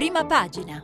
Prima pagina.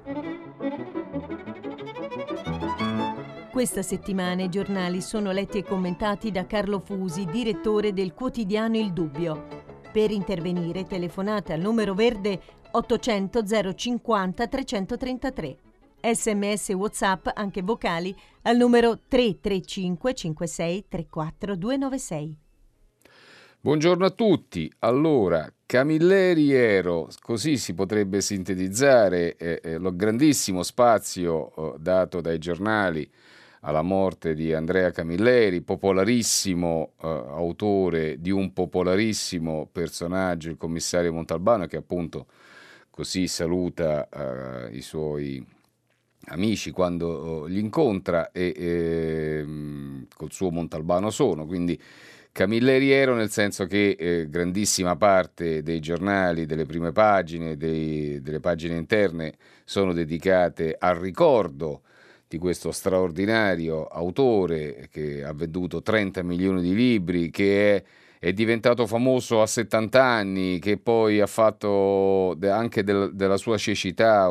Questa settimana i giornali sono letti e commentati da Carlo Fusi, direttore del quotidiano Il Dubbio. Per intervenire telefonate al numero verde 800 050 333. SMS WhatsApp, anche vocali, al numero 335 56 34 296. Buongiorno a tutti. Allora, Camilleri Ero, così si potrebbe sintetizzare lo grandissimo spazio dato dai giornali alla morte di Andrea Camilleri, popolarissimo autore di un popolarissimo personaggio, il commissario Montalbano, che appunto così saluta i suoi amici quando li incontra e col suo Montalbano sono, quindi Camilleri Ero, nel senso che grandissima parte dei giornali, delle prime pagine, delle pagine interne sono dedicate al ricordo di questo straordinario autore che ha venduto 30 milioni di libri, che è diventato famoso a 70 anni, che poi ha fatto anche della sua cecità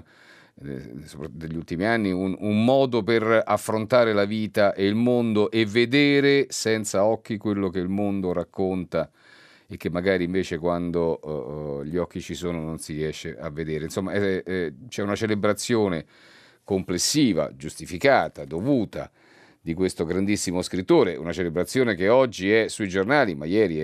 degli ultimi anni un modo per affrontare la vita e il mondo e vedere senza occhi quello che il mondo racconta e che magari invece quando gli occhi ci sono non si riesce a vedere. Insomma, c'è una celebrazione complessiva, giustificata, dovuta, di questo grandissimo scrittore, una celebrazione che oggi è sui giornali, ma ieri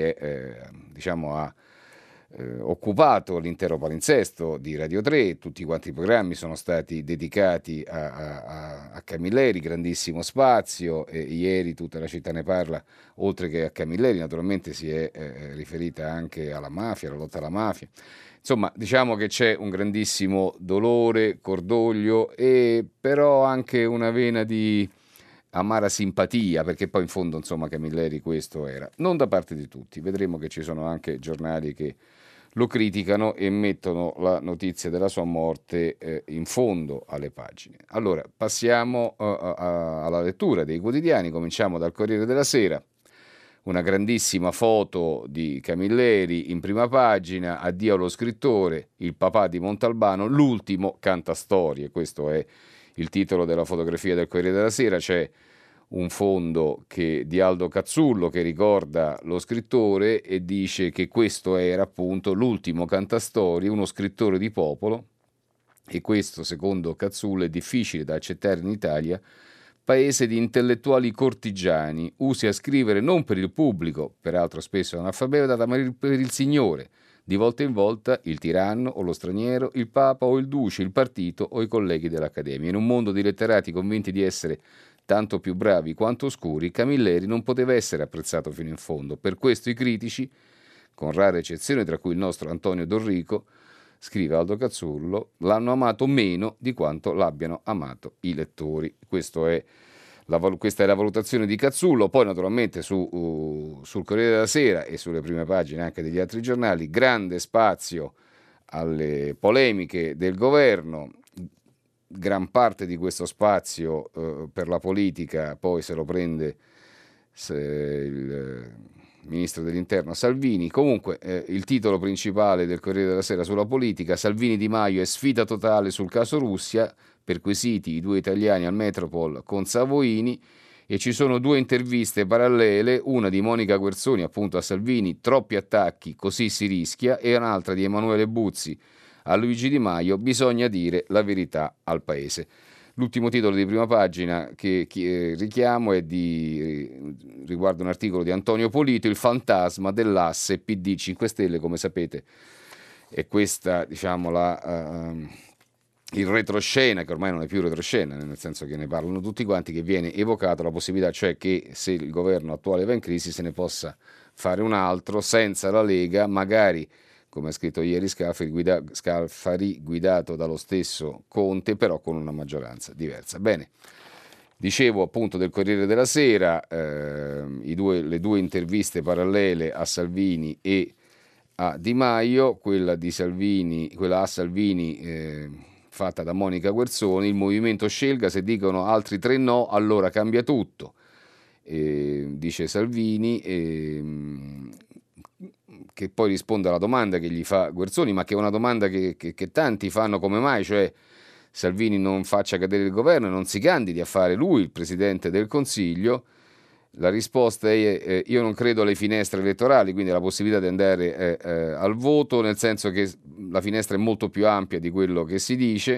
ha occupato l'intero palinsesto di Radio 3, tutti quanti i programmi sono stati dedicati a Camilleri, grandissimo spazio, e ieri tutta la città ne parla, oltre che a Camilleri naturalmente si è riferita anche alla mafia, alla lotta alla mafia. Insomma, diciamo che c'è un grandissimo dolore, cordoglio e però anche una vena di amara simpatia, perché poi in fondo, insomma, Camilleri questo era. Non da parte di tutti, vedremo che ci sono anche giornali che lo criticano e mettono la notizia della sua morte in fondo alle pagine. Allora, passiamo alla lettura dei quotidiani, cominciamo dal Corriere della Sera. Una grandissima foto di Camilleri in prima pagina, addio allo scrittore, il papà di Montalbano, l'ultimo cantastorie, questo è il titolo della fotografia del Corriere della Sera. C'è un fondo di Aldo Cazzullo che ricorda lo scrittore e dice che questo era appunto l'ultimo cantastorie, uno scrittore di popolo, e questo secondo Cazzullo è difficile da accettare in Italia, paese di intellettuali cortigiani, usi a scrivere non per il pubblico, peraltro spesso analfabeta, ma per il signore, di volta in volta il tiranno o lo straniero, il papa o il duce, il partito o i colleghi dell'accademia. In un mondo di letterati convinti di essere tanto più bravi quanto oscuri, Camilleri non poteva essere apprezzato fino in fondo. Per questo i critici, con rare eccezioni tra cui il nostro Antonio Dorrico, scrive Aldo Cazzullo, l'hanno amato meno di quanto l'abbiano amato i lettori. Questa è la valutazione di Cazzullo. Poi naturalmente sul Corriere della Sera e sulle prime pagine anche degli altri giornali, grande spazio alle polemiche del governo. Gran parte di questo spazio per la politica poi se lo prende il ministro dell'interno Salvini. Comunque il titolo principale del Corriere della Sera sulla politica: Salvini Di Maio è sfida totale sul caso Russia, perquisiti i due italiani al Metropol con Savoini, e ci sono due interviste parallele, una di Monica Guerzoni appunto a Salvini, troppi attacchi, così si rischia, e un'altra di Emanuele Buzzi a Luigi Di Maio, bisogna dire la verità al paese. L'ultimo titolo di prima pagina che richiamo riguarda un articolo di Antonio Polito, il fantasma dell'asse PD 5 Stelle, come sapete è questa, diciamo, il retroscena, che ormai non è più retroscena, nel senso che ne parlano tutti quanti, che viene evocato la possibilità, cioè che se il governo attuale va in crisi se ne possa fare un altro senza la Lega, magari come ha scritto ieri Scalfari, guidato dallo stesso Conte, però con una maggioranza diversa. Bene, dicevo appunto del Corriere della Sera, le due interviste parallele a Salvini e a Di Maio, quella a Salvini fatta da Monica Guerzoni, il movimento scelga, se dicono altri 3 no, allora cambia tutto, dice Salvini. che poi risponde alla domanda che gli fa Guerzoni, ma che è una domanda che tanti fanno: come mai, cioè, Salvini non faccia cadere il governo e non si candidi a fare lui il Presidente del Consiglio. La risposta è: io non credo alle finestre elettorali, quindi alla possibilità di andare al voto, nel senso che la finestra è molto più ampia di quello che si dice.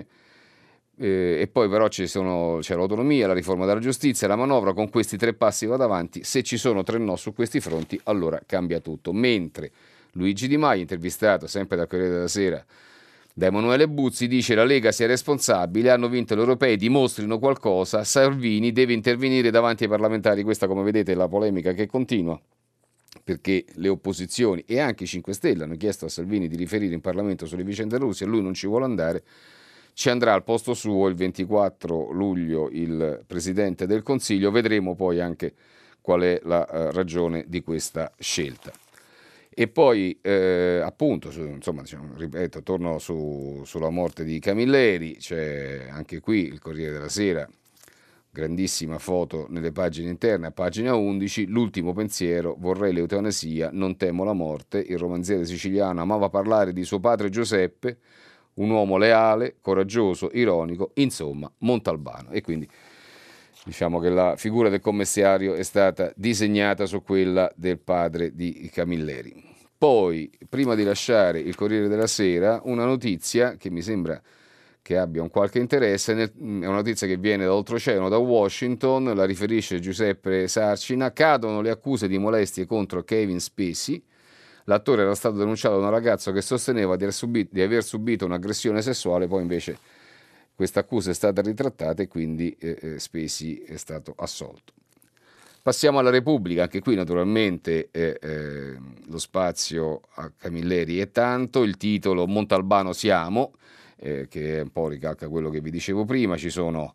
E poi però c'è l'autonomia, la riforma della giustizia, la manovra. Con questi 3 passi vado avanti. Se ci sono 3 no su questi fronti, allora cambia tutto. Mentre Luigi Di Maio, intervistato sempre dal Corriere della Sera da Emanuele Buzzi, dice: la Lega sia responsabile, hanno vinto gli europei, dimostrino qualcosa, Salvini deve intervenire davanti ai parlamentari. Questa, come vedete, è la polemica che continua, perché le opposizioni e anche i 5 Stelle hanno chiesto a Salvini di riferire in Parlamento sulle vicende russe e lui non ci vuole andare. Ci andrà al posto suo il 24 luglio il Presidente del Consiglio. Vedremo poi anche qual è la ragione di questa scelta. E poi appunto, insomma, ripeto, torno sulla morte di Camilleri. C'è anche qui il Corriere della Sera, grandissima foto nelle pagine interne, a pagina 11, l'ultimo pensiero: vorrei l'eutanasia, non temo la morte. Il romanziere siciliano amava parlare di suo padre Giuseppe, un uomo leale, coraggioso, ironico, insomma, Montalbano. E quindi diciamo che la figura del commissario è stata disegnata su quella del padre di Camilleri. Poi, prima di lasciare il Corriere della Sera, una notizia che mi sembra che abbia un qualche interesse, è una notizia che viene da oltreoceano, da Washington, la riferisce Giuseppe Sarcina. Cadono le accuse di molestie contro Kevin Spacey. L'attore era stato denunciato da un ragazzo che sosteneva di aver subito un'aggressione sessuale, poi invece questa accusa è stata ritrattata e quindi Spacey è stato assolto. Passiamo alla Repubblica, anche qui naturalmente lo spazio a Camilleri è tanto, il titolo Montalbano siamo, che un po' ricalca quello che vi dicevo prima. Ci sono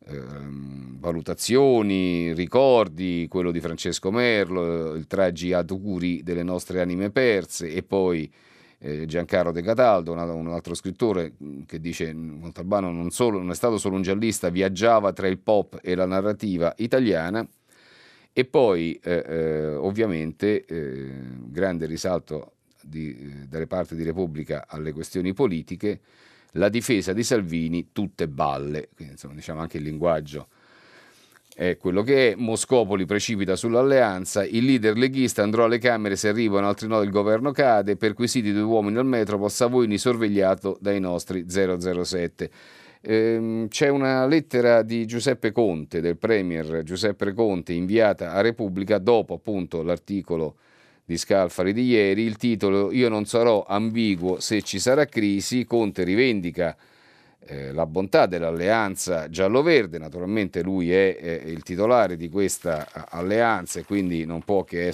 valutazioni, ricordi, quello di Francesco Merlo, il tragi auguri delle nostre anime perse, e poi Giancarlo De Cataldo, un altro scrittore, che dice: Montalbano non è stato solo un giallista, viaggiava tra il pop e la narrativa italiana. E poi ovviamente grande risalto dalle parti di Repubblica alle questioni politiche, la difesa di Salvini, tutte balle. Quindi, insomma, diciamo, anche il linguaggio è quello che è. Moscopoli precipita sull'alleanza, il leader leghista andrò alle Camere se arrivano altri no, il governo cade, perquisiti 2 uomini al Metropol, Savoini sorvegliato dai nostri 007. C'è una lettera di Giuseppe Conte, del premier Giuseppe Conte, inviata a Repubblica dopo appunto l'articolo di Scalfari di ieri. Il titolo: io non sarò ambiguo se ci sarà crisi. Conte rivendica la bontà dell'alleanza giallo-verde. Naturalmente lui è il titolare di questa alleanza e quindi non può che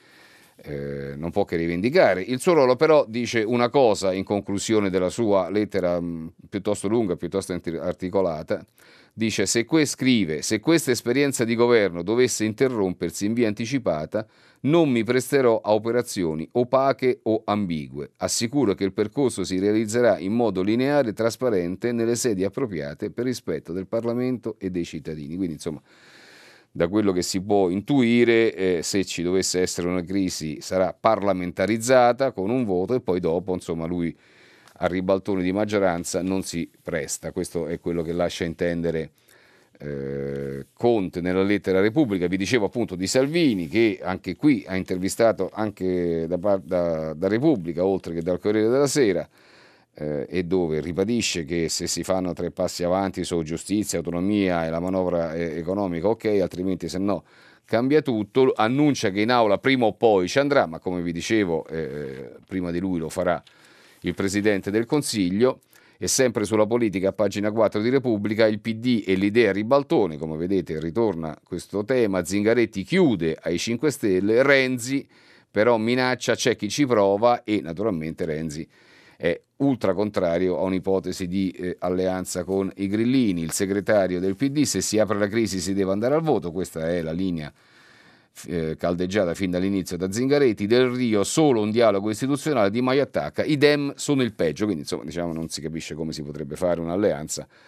rivendicare il suo ruolo. Però dice una cosa in conclusione della sua lettera, piuttosto lunga, piuttosto articolata. Dice: se questa esperienza di governo dovesse interrompersi in via anticipata, non mi presterò a operazioni opache o ambigue. Assicuro che il percorso si realizzerà in modo lineare e trasparente nelle sedi appropriate per rispetto del Parlamento e dei cittadini. Quindi, insomma, da quello che si può intuire, se ci dovesse essere una crisi sarà parlamentarizzata con un voto e poi dopo, insomma, lui a ribaltoni di maggioranza non si presta. Questo è quello che lascia intendere Conte nella lettera Repubblica. Vi dicevo appunto di Salvini, che anche qui ha intervistato anche da Repubblica oltre che dal Corriere della Sera, e dove ribadisce che se si fanno 3 passi avanti su giustizia, autonomia e la manovra economica, ok, altrimenti se no cambia tutto. Annuncia che in aula prima o poi ci andrà, ma come vi dicevo prima di lui lo farà il Presidente del Consiglio. E sempre sulla politica, a pagina 4 di Repubblica, il PD e l'idea ribaltone. Come vedete ritorna questo tema. Zingaretti chiude ai 5 Stelle, Renzi però minaccia c'è chi ci prova, e naturalmente Renzi è ultra contrario a un'ipotesi di alleanza con i grillini. Il segretario del PD: se si apre la crisi si deve andare al voto. Questa è la linea caldeggiata fin dall'inizio da Zingaretti. Del Rio: solo un dialogo istituzionale. Di Maio attacca: i Dem sono il peggio. Quindi, insomma, diciamo, non si capisce come si potrebbe fare un'alleanza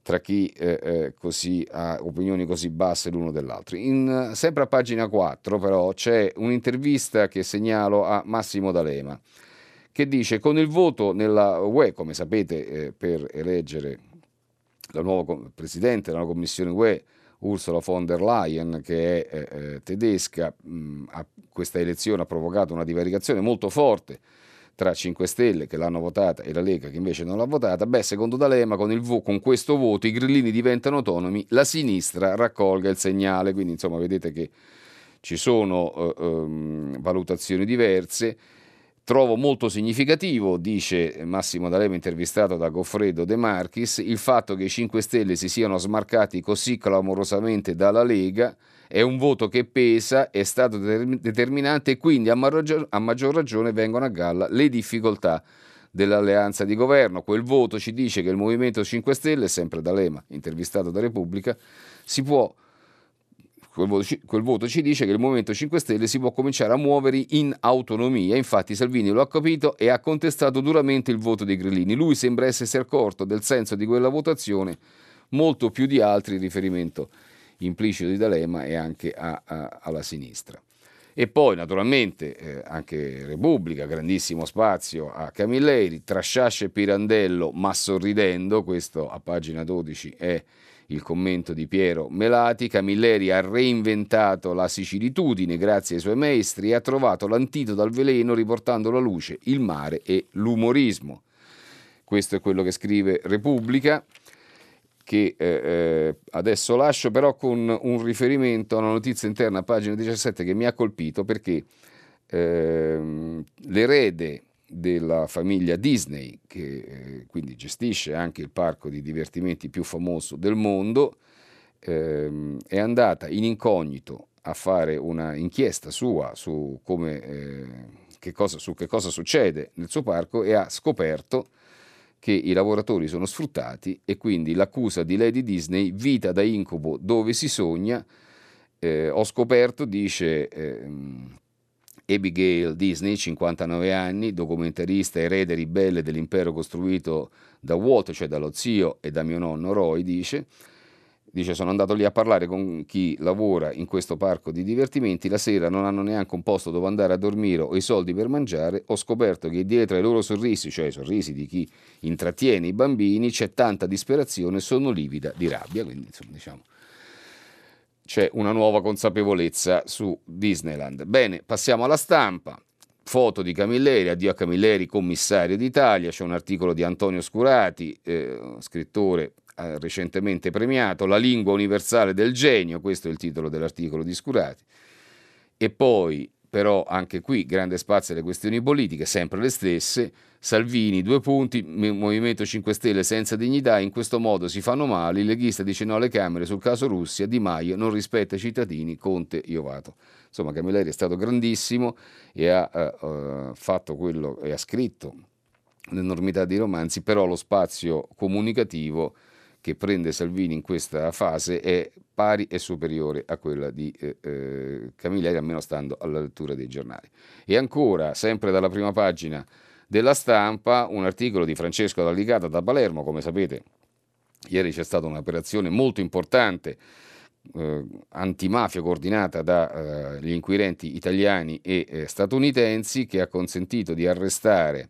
tra chi così ha opinioni così basse l'uno dell'altro. Sempre a pagina 4 però c'è un'intervista che segnalo a Massimo D'Alema, che dice: con il voto nella UE, come sapete, per eleggere la nuova presidente della Commissione UE, Ursula von der Leyen, che è tedesca, questa elezione ha provocato una divaricazione molto forte tra 5 Stelle che l'hanno votata e la Lega che invece non l'ha votata. Secondo D'Alema, con questo voto i grillini diventano autonomi, la sinistra raccolga il segnale. Quindi insomma vedete che ci sono valutazioni diverse. Trovo molto significativo, dice Massimo D'Alema intervistato da Goffredo De Marchis, il fatto che i 5 Stelle si siano smarcati così clamorosamente dalla Lega. È un voto che pesa, è stato determinante e quindi a maggior ragione vengono a galla le difficoltà dell'alleanza di governo. Quel voto ci dice che il Movimento 5 Stelle, sempre D'Alema, intervistato da Repubblica, quel voto ci dice che il Movimento 5 Stelle si può cominciare a muovere in autonomia. Infatti Salvini lo ha capito e ha contestato duramente il voto dei grillini. Lui sembra essersi accorto del senso di quella votazione molto più di altri, in riferimento implicito di D'Alema e anche alla sinistra. E poi naturalmente anche Repubblica, grandissimo spazio a Camilleri, tra Sciascia e Pirandello ma sorridendo. Questo a pagina 12 è il commento di Piero Melati. Camilleri ha reinventato la sicilitudine grazie ai suoi maestri e ha trovato l'antidoto al veleno riportando alla luce il mare e l'umorismo. Questo è quello che scrive Repubblica, che adesso lascio però con un riferimento a una notizia interna a pagina 17 che mi ha colpito, perché l'erede della famiglia Disney, che quindi gestisce anche il parco di divertimenti più famoso del mondo, è andata in incognito a fare una inchiesta sua su che cosa succede nel suo parco e ha scoperto che i lavoratori sono sfruttati e quindi l'accusa di Lady Disney, vita da incubo dove si sogna. Ho scoperto, dice Abigail Disney, 59 anni, documentarista, erede ribelle dell'impero costruito da Walt, cioè dallo zio e da mio nonno Roy, dice sono andato lì a parlare con chi lavora in questo parco di divertimenti, la sera non hanno neanche un posto dove andare a dormire o i soldi per mangiare, ho scoperto che dietro ai loro sorrisi, cioè i sorrisi di chi intrattiene i bambini, c'è tanta disperazione, sono livida di rabbia. Quindi insomma diciamo c'è una nuova consapevolezza su Disneyland. Bene, passiamo alla stampa. Foto di Camilleri, addio a Camilleri, commissario d'Italia. C'è un articolo di Antonio Scurati, scrittore recentemente premiato, La lingua universale del genio, questo è il titolo dell'articolo di Scurati. E poi però anche qui grande spazio alle questioni politiche, sempre le stesse. Salvini, 2 punti, Movimento 5 Stelle senza dignità, in questo modo si fanno male, il leghista dice no alle Camere sul caso Russia, Di Maio non rispetta i cittadini, Conte Iovato. Insomma, Camilleri è stato grandissimo e ha fatto quello e ha scritto un'enormità di romanzi, però lo spazio comunicativo che prende Salvini in questa fase è pari e superiore a quella di Camilleri, almeno stando alla lettura dei giornali. E ancora, sempre dalla prima pagina della Stampa, un articolo di Francesco D'Alicata da Palermo. Come sapete, ieri c'è stata un'operazione molto importante antimafia coordinata dagli inquirenti italiani e statunitensi, che ha consentito di arrestare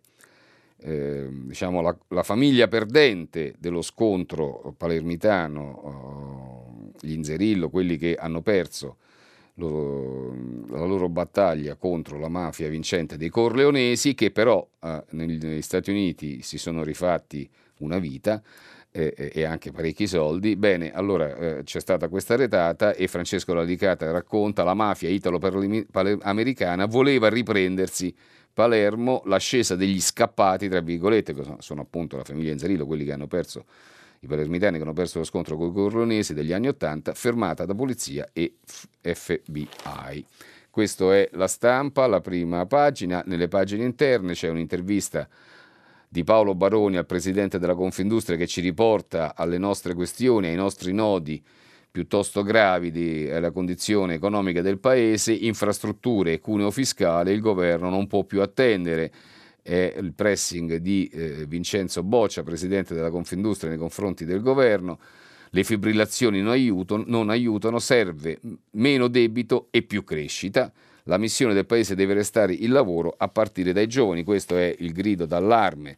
la famiglia perdente dello scontro palermitano, gli Inzerillo, quelli che hanno perso la loro battaglia contro la mafia vincente dei Corleonesi, che però negli Stati Uniti si sono rifatti una vita e anche parecchi soldi. Bene, allora c'è stata questa retata e Francesco D'Alicata racconta: la mafia italo-americana voleva riprendersi Palermo, l'ascesa degli scappati, tra virgolette, che sono appunto la famiglia Inzerillo, quelli che hanno perso, i palermitani che hanno perso lo scontro con i corleonesi degli anni '80, fermata da polizia e FBI. Questo è la Stampa, la prima pagina. Nelle pagine interne c'è un'intervista di Paolo Baroni al presidente della Confindustria, che ci riporta alle nostre questioni, ai nostri nodi piuttosto gravi della condizione economica del paese, infrastrutture e cuneo fiscale. Il governo non può più attendere. è il pressing di Vincenzo Boccia, presidente della Confindustria, nei confronti del governo. Le fibrillazioni non aiutano, serve meno debito e più crescita. La missione del Paese deve restare il lavoro a partire dai giovani. Questo è il grido d'allarme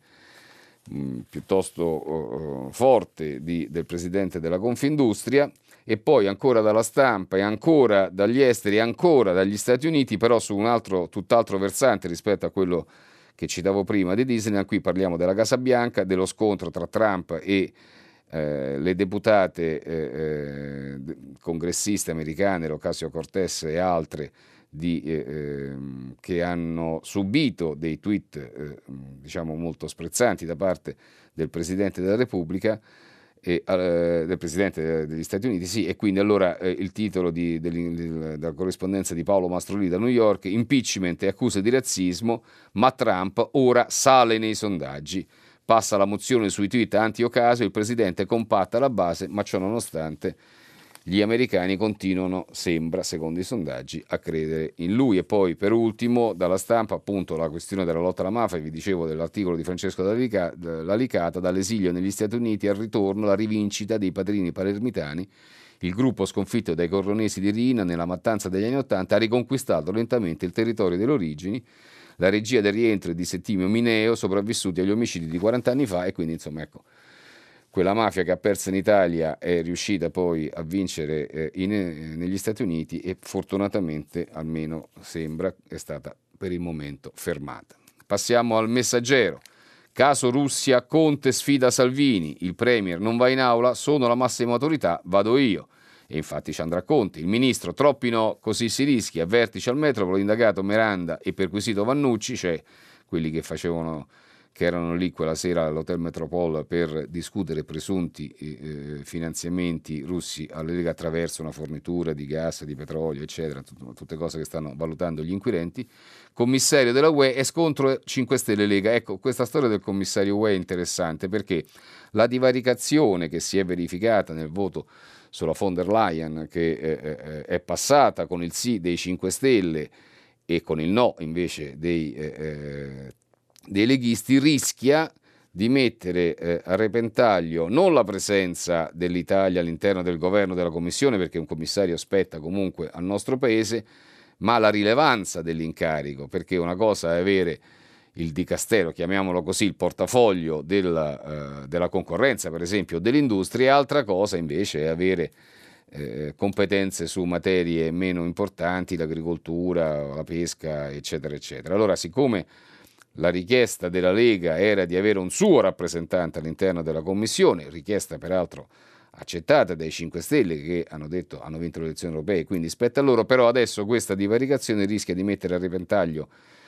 piuttosto forte del presidente della Confindustria. E poi ancora dalla stampa e ancora dagli esteri e ancora dagli Stati Uniti, però su un altro, tutt'altro versante rispetto a quello che citavo prima di Disneyland. Qui parliamo della Casa Bianca, dello scontro tra Trump e le deputate congressiste americane, Ocasio-Cortez e altre, che hanno subito dei tweet diciamo molto sprezzanti da parte del Presidente della Repubblica, del Presidente degli Stati Uniti, sì, e quindi allora il titolo della corrispondenza di Paolo Mastrolini da New York: impeachment e accuse di razzismo, ma Trump ora sale nei sondaggi. Passa la mozione sui tweet anti-Ocasio, il Presidente compatta la base, ma ciò nonostante gli americani continuano, sembra, secondo i sondaggi, a credere in lui. E poi, per ultimo, dalla stampa, appunto, la questione della lotta alla mafia. Vi dicevo dell'articolo di Francesco Lalicata: dall'esilio negli Stati Uniti al ritorno, la rivincita dei padrini palermitani. Il gruppo sconfitto dai corronesi di Rina nella mattanza degli anni '80 ha riconquistato lentamente il territorio delle origini. La regia del rientro è di Settimio Mineo, sopravvissuti agli omicidi di 40 anni fa, e quindi insomma ecco, quella mafia che ha perso in Italia è riuscita poi a vincere negli Stati Uniti e fortunatamente, almeno sembra, è stata per il momento fermata. Passiamo al Messaggero. Caso Russia, Conte sfida Salvini, il premier non va in aula, sono la massima autorità, vado io. E infatti ci andrà Conte. Il ministro: troppi no, così si rischia. Vertice al Metropolo, indagato Miranda e perquisito Vannucci, cioè quelli che erano lì quella sera all'Hotel Metropole per discutere presunti finanziamenti russi alla Lega attraverso una fornitura di gas, di petrolio, eccetera, tutte cose che stanno valutando gli inquirenti. Commissario della UE e scontro 5 Stelle Lega. Ecco, questa storia del commissario UE è interessante perché la divaricazione che si è verificata nel voto sulla von der Leyen, che è passata con il sì dei 5 Stelle e con il no invece dei leghisti, rischia di mettere a repentaglio non la presenza dell'Italia all'interno del governo della Commissione, perché un commissario spetta comunque al nostro Paese, ma la rilevanza dell'incarico, perché una cosa è avere il dicastero, chiamiamolo così, il portafoglio della concorrenza, per esempio, dell'industria, e altra cosa invece è avere competenze su materie meno importanti, l'agricoltura, la pesca, eccetera, eccetera. Allora, siccome la richiesta della Lega era di avere un suo rappresentante all'interno della Commissione, richiesta peraltro accettata dai 5 Stelle, che hanno detto hanno vinto le elezioni europee, quindi spetta a loro, però adesso questa divaricazione rischia di mettere a repentaglio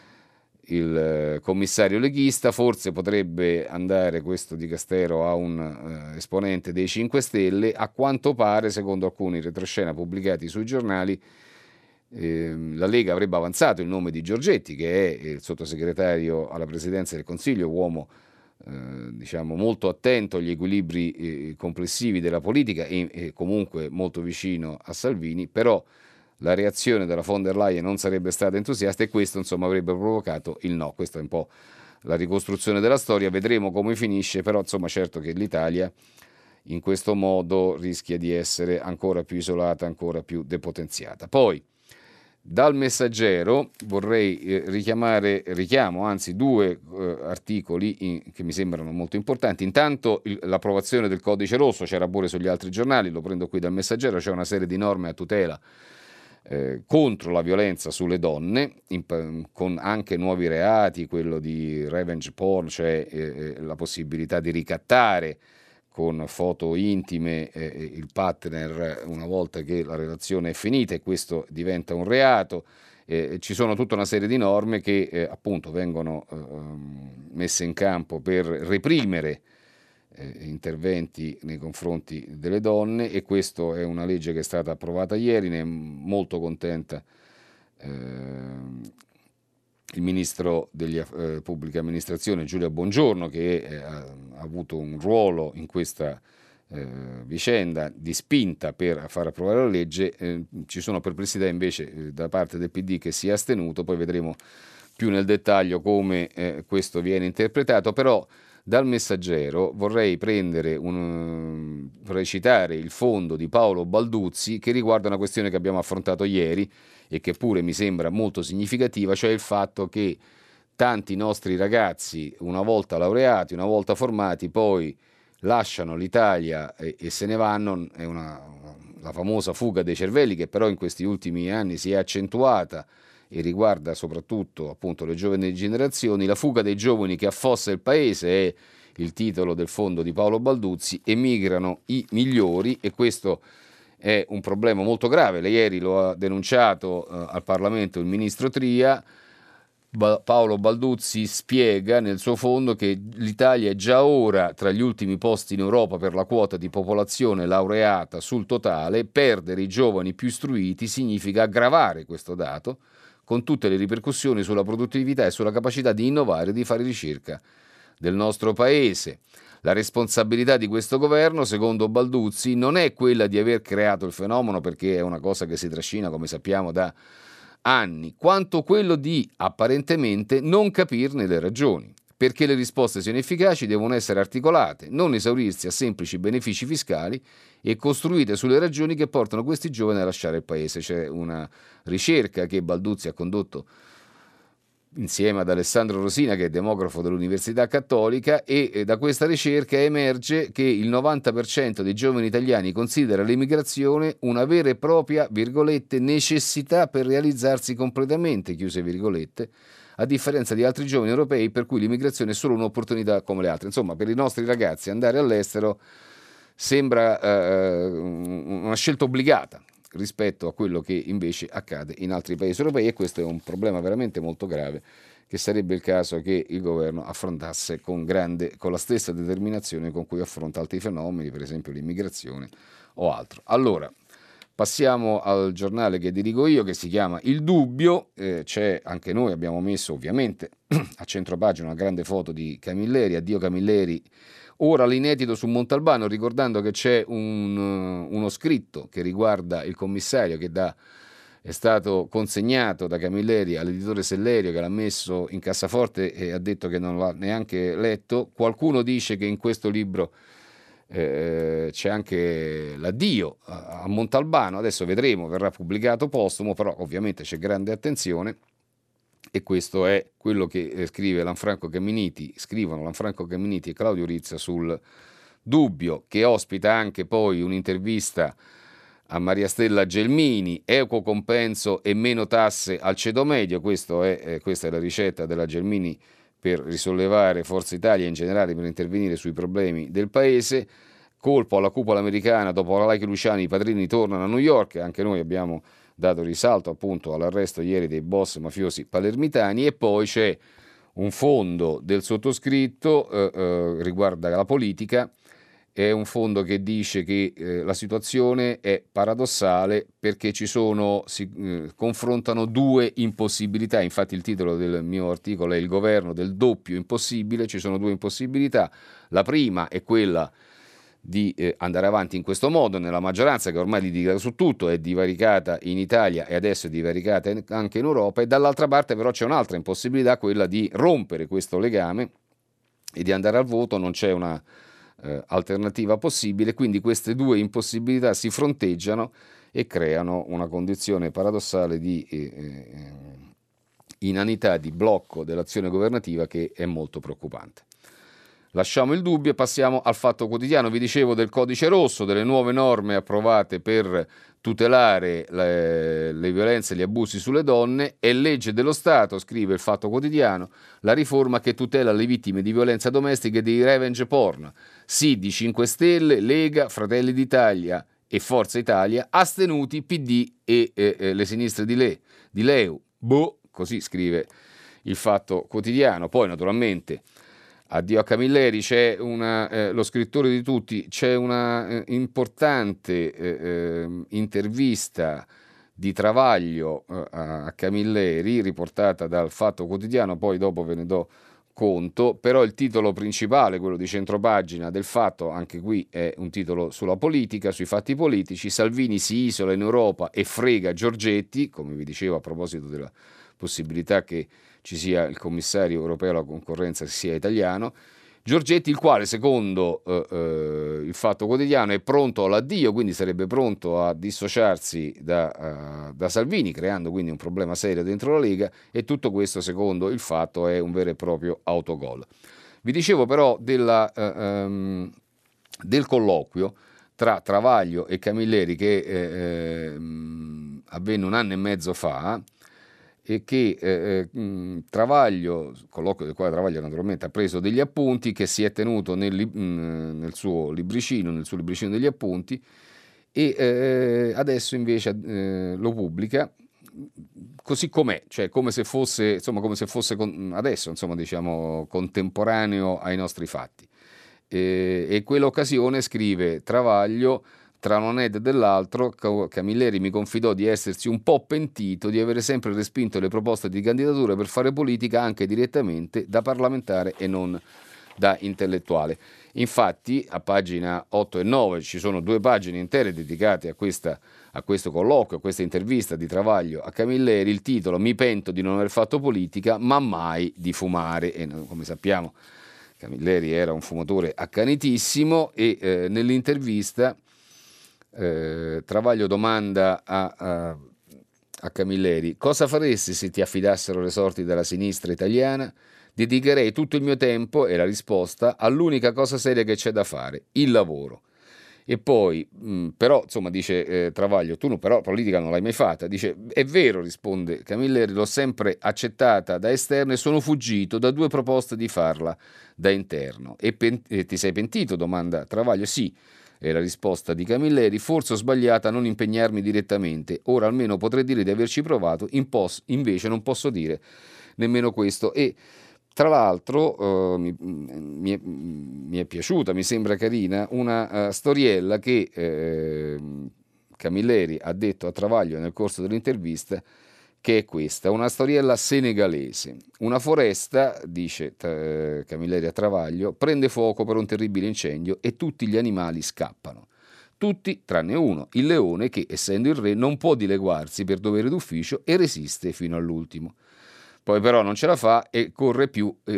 il commissario leghista. Forse potrebbe andare questo dicastero a un esponente dei 5 Stelle. A quanto pare, secondo alcuni retroscena pubblicati sui giornali, la Lega avrebbe avanzato il nome di Giorgetti, che è il sottosegretario alla Presidenza del Consiglio, uomo diciamo molto attento agli equilibri complessivi della politica e comunque molto vicino a Salvini, però la reazione della von der Leyen non sarebbe stata entusiasta e questo insomma avrebbe provocato il no. Questa è un po' la ricostruzione della storia, vedremo come finisce, però insomma certo che l'Italia in questo modo rischia di essere ancora più isolata, ancora più depotenziata. Poi dal Messaggero vorrei richiamo due articoli che mi sembrano molto importanti. Intanto l'approvazione del codice rosso, c'era pure sugli altri giornali, lo prendo qui dal Messaggero, c'è una serie di norme a tutela contro la violenza sulle donne, con anche nuovi reati, quello di revenge porn, cioè la possibilità di ricattare con foto intime il partner una volta che la relazione è finita, e questo diventa un reato. Ci sono tutta una serie di norme che appunto vengono messe in campo per reprimere interventi nei confronti delle donne, e questa è una legge che è stata approvata ieri. Ne è molto contenta il ministro della pubblica amministrazione Giulia Bongiorno, che ha avuto un ruolo in questa vicenda di spinta per far approvare la legge. Ci sono perplessità invece da parte del PD, che si è astenuto. Poi vedremo più nel dettaglio come questo viene interpretato, però dal Messaggero vorrei citare il fondo di Paolo Balduzzi che riguarda una questione che abbiamo affrontato ieri e che pure mi sembra molto significativa, cioè il fatto che tanti nostri ragazzi, una volta laureati, una volta formati, poi lasciano l'Italia e se ne vanno. È la famosa fuga dei cervelli che però in questi ultimi anni si è accentuata e riguarda soprattutto appunto le giovani generazioni. La fuga dei giovani che affossa il paese è il titolo del fondo di Paolo Balduzzi. Emigrano i migliori e questo è un problema molto grave. Ieri lo ha denunciato al Parlamento il ministro Tria. Paolo Balduzzi spiega nel suo fondo che l'Italia è già ora tra gli ultimi posti in Europa per la quota di popolazione laureata sul totale. Perdere i giovani più istruiti significa aggravare questo dato, con tutte le ripercussioni sulla produttività e sulla capacità di innovare e di fare ricerca del nostro paese. La responsabilità di questo governo, secondo Balduzzi, non è quella di aver creato il fenomeno, perché è una cosa che si trascina, come sappiamo, da anni, quanto quello di apparentemente non capirne le ragioni. Perché le risposte siano efficaci devono essere articolate, non esaurirsi a semplici benefici fiscali e costruite sulle ragioni che portano questi giovani a lasciare il paese. C'è una ricerca che Balduzzi ha condotto insieme ad Alessandro Rosina, che è demografo dell'Università Cattolica, e da questa ricerca emerge che il 90% dei giovani italiani considera l'immigrazione una vera e propria, virgolette, necessità per realizzarsi completamente, chiuse virgolette, a differenza di altri giovani europei per cui l'immigrazione è solo un'opportunità come le altre. Insomma, per i nostri ragazzi andare all'estero sembra una scelta obbligata rispetto a quello che invece accade in altri paesi europei, e questo è un problema veramente molto grave che sarebbe il caso che il governo affrontasse con la stessa determinazione con cui affronta altri fenomeni, per esempio l'immigrazione o altro. Allora, passiamo al giornale che dirigo io, che si chiama Il Dubbio. C'è anche noi, abbiamo messo ovviamente a centropagina una grande foto di Camilleri. Addio Camilleri, ora l'inedito su Montalbano, ricordando che c'è uno scritto che riguarda il commissario che è stato consegnato da Camilleri all'editore Sellerio, che l'ha messo in cassaforte e ha detto che non l'ha neanche letto. Qualcuno dice che in questo libro c'è anche l'addio a Montalbano. Adesso vedremo, verrà pubblicato postumo, però ovviamente c'è grande attenzione. E questo è quello che scrivono Lanfranco Camminiti e Claudio Rizza sul Dubbio, che ospita anche poi un'intervista a Maria Stella Gelmini. Equo compenso e meno tasse al ceto medio. Questa è la ricetta della Gelmini per risollevare Forza Italia e in generale per intervenire sui problemi del paese. Colpo alla cupola americana, dopo la like Luciani i padrini tornano a New York. Anche noi abbiamo dato risalto appunto all'arresto ieri dei boss mafiosi palermitani. E poi c'è un fondo del sottoscritto, riguarda la politica. È un fondo che dice che la situazione è paradossale perché si confrontano due impossibilità. Infatti il titolo del mio articolo è Il governo del doppio impossibile. Ci sono due impossibilità. La prima è quella di andare avanti in questo modo nella maggioranza che ormai litiga su tutto, è divaricata in Italia e adesso è divaricata anche in Europa, e dall'altra parte però c'è un'altra impossibilità, quella di rompere questo legame e di andare al voto. Non c'è una alternativa possibile, quindi queste due impossibilità si fronteggiano e creano una condizione paradossale di inanità, di blocco dell'azione governativa che è molto preoccupante. Lasciamo il Dubbio e passiamo al Fatto Quotidiano. Vi dicevo del codice rosso, delle nuove norme approvate per tutelare le violenze e gli abusi sulle donne. È legge dello Stato, scrive il Fatto Quotidiano, la riforma che tutela le vittime di violenza domestica e di revenge porn. Sì di 5 Stelle, Lega, Fratelli d'Italia e Forza Italia, astenuti PD e le sinistre di Leu. Così scrive il Fatto Quotidiano. Poi naturalmente addio a Camilleri, c'è lo scrittore di tutti, c'è una importante intervista di Travaglio a Camilleri riportata dal Fatto Quotidiano, poi dopo ve ne do conto, però il titolo principale, quello di centropagina del Fatto, anche qui è un titolo sulla politica, sui fatti politici. Salvini si isola in Europa e frega Giorgetti, come vi dicevo a proposito della possibilità che ci sia il commissario europeo alla concorrenza sia italiano. Giorgetti, il quale secondo il Fatto Quotidiano è pronto all'addio, quindi sarebbe pronto a dissociarsi da Salvini, creando quindi un problema serio dentro la Lega, e tutto questo secondo il Fatto è un vero e proprio autogol. Vi dicevo però del colloquio tra Travaglio e Camilleri che avvenne 1 anno e mezzo fa, e che Travaglio, colloquio del quale Travaglio naturalmente ha preso degli appunti, che si è tenuto nel suo libricino degli appunti, e adesso invece lo pubblica così com'è, cioè come se fosse adesso, insomma, diciamo, contemporaneo ai nostri fatti. E quell'occasione, scrive Travaglio, tra un aneddoto dell'altro, Camilleri mi confidò di essersi un po' pentito di avere sempre respinto le proposte di candidatura per fare politica anche direttamente da parlamentare e non da intellettuale. Infatti a pagina 8 e 9 ci sono 2 pagine intere dedicate a questo colloquio, a questa intervista di Travaglio a Camilleri. Il titolo: mi pento di non aver fatto politica ma mai di fumare, e come sappiamo Camilleri era un fumatore accanitissimo, e nell'intervista Travaglio domanda a Camilleri: cosa faresti se ti affidassero le sorti della sinistra italiana? Dedicherei tutto il mio tempo, è la risposta, all'unica cosa seria che c'è da fare, il lavoro. E poi, però, insomma, dice Travaglio, tu però politica non l'hai mai fatta. Dice, è vero, risponde Camilleri, l'ho sempre accettata da esterno e sono fuggito da 2 proposte di farla da interno. E ti sei pentito? Domanda Travaglio. Sì, è la risposta di Camilleri, forse ho sbagliato a non impegnarmi direttamente, ora almeno potrei dire di averci provato, invece non posso dire nemmeno questo. E tra l'altro mi è piaciuta, mi sembra carina, una storiella che Camilleri ha detto a Travaglio nel corso dell'intervista, che è questa, una storiella senegalese. Una foresta, dice Camilleri a Travaglio, prende fuoco per un terribile incendio e tutti gli animali scappano. Tutti tranne uno, il leone, che essendo il re non può dileguarsi per dovere d'ufficio e resiste fino all'ultimo. Poi però non ce la fa e corre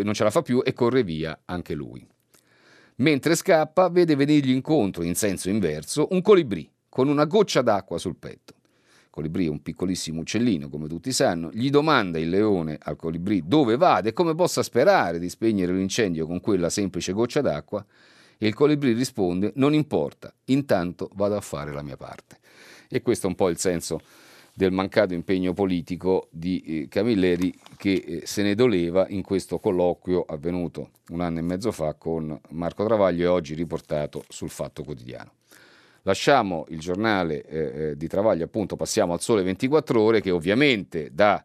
via anche lui. Mentre scappa vede venirgli incontro in senso inverso un colibrì con una goccia d'acqua sul petto. Il colibrì è un piccolissimo uccellino, come tutti sanno. Gli domanda il leone al colibrì dove vada e come possa sperare di spegnere l'incendio con quella semplice goccia d'acqua, e il colibrì risponde: non importa, intanto vado a fare la mia parte. E questo è un po' il senso del mancato impegno politico di Camilleri, che se ne doleva in questo colloquio avvenuto 1 anno e mezzo fa con Marco Travaglio e oggi riportato sul Fatto Quotidiano. Lasciamo il giornale di Travaglio, appunto, passiamo al Sole 24 Ore, che ovviamente dà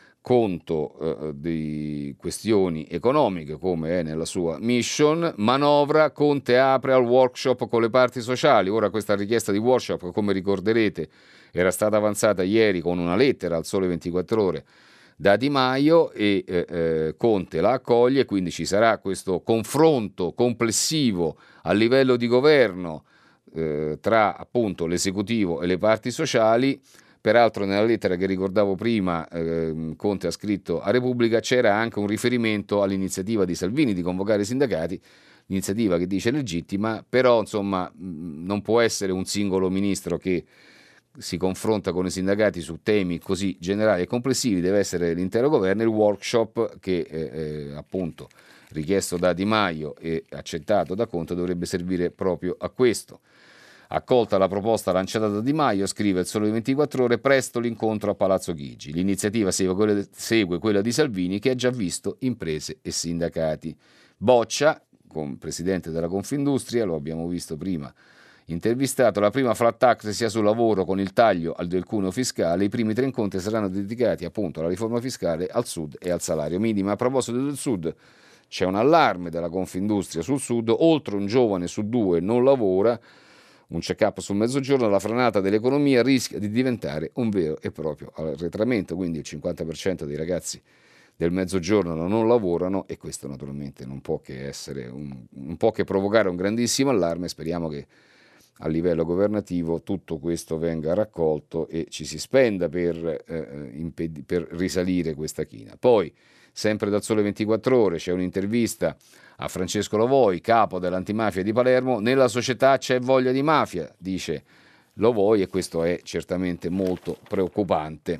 conto di questioni economiche, come è nella sua mission. Manovra, Conte apre al workshop con le parti sociali. Ora questa richiesta di workshop, come ricorderete, era stata avanzata ieri con una lettera al Sole 24 Ore da Di Maio, e Conte la accoglie, quindi ci sarà questo confronto complessivo a livello di governo tra appunto l'esecutivo e le parti sociali. Peraltro nella lettera che ricordavo prima, Conte ha scritto a Repubblica, c'era anche un riferimento all'iniziativa di Salvini di convocare i sindacati, iniziativa che dice legittima, però insomma non può essere un singolo ministro che si confronta con i sindacati su temi così generali e complessivi, deve essere l'intero governo. Il workshop che appunto richiesto da Di Maio e accettato da Conte dovrebbe servire proprio a questo. Accolta la proposta lanciata da Di Maio, scrive il Sole 24 Ore, presto l'incontro a Palazzo Chigi. L'iniziativa segue quella di Salvini, che ha già visto imprese e sindacati. Boccia, presidente della Confindustria, lo abbiamo visto prima intervistato, la prima flat tax sia sul lavoro con il taglio del cuneo fiscale. I primi 3 incontri saranno dedicati appunto alla riforma fiscale, al Sud e al salario minimo. A proposito del Sud, c'è un allarme della Confindustria sul Sud: oltre un giovane su 2 non lavora. Un check-up sul Mezzogiorno, la frenata dell'economia rischia di diventare un vero e proprio arretramento, quindi il 50% dei ragazzi del Mezzogiorno non lavorano, e questo naturalmente non può che essere non può che provocare un grandissimo allarme. Speriamo che a livello governativo tutto questo venga raccolto e ci si spenda per risalire questa china. Poi Sempre dal Sole 24 Ore c'è un'intervista a Francesco Lovoi, capo dell'antimafia di Palermo. Nella società c'è voglia di mafia, dice Lovoi, e questo è certamente molto preoccupante.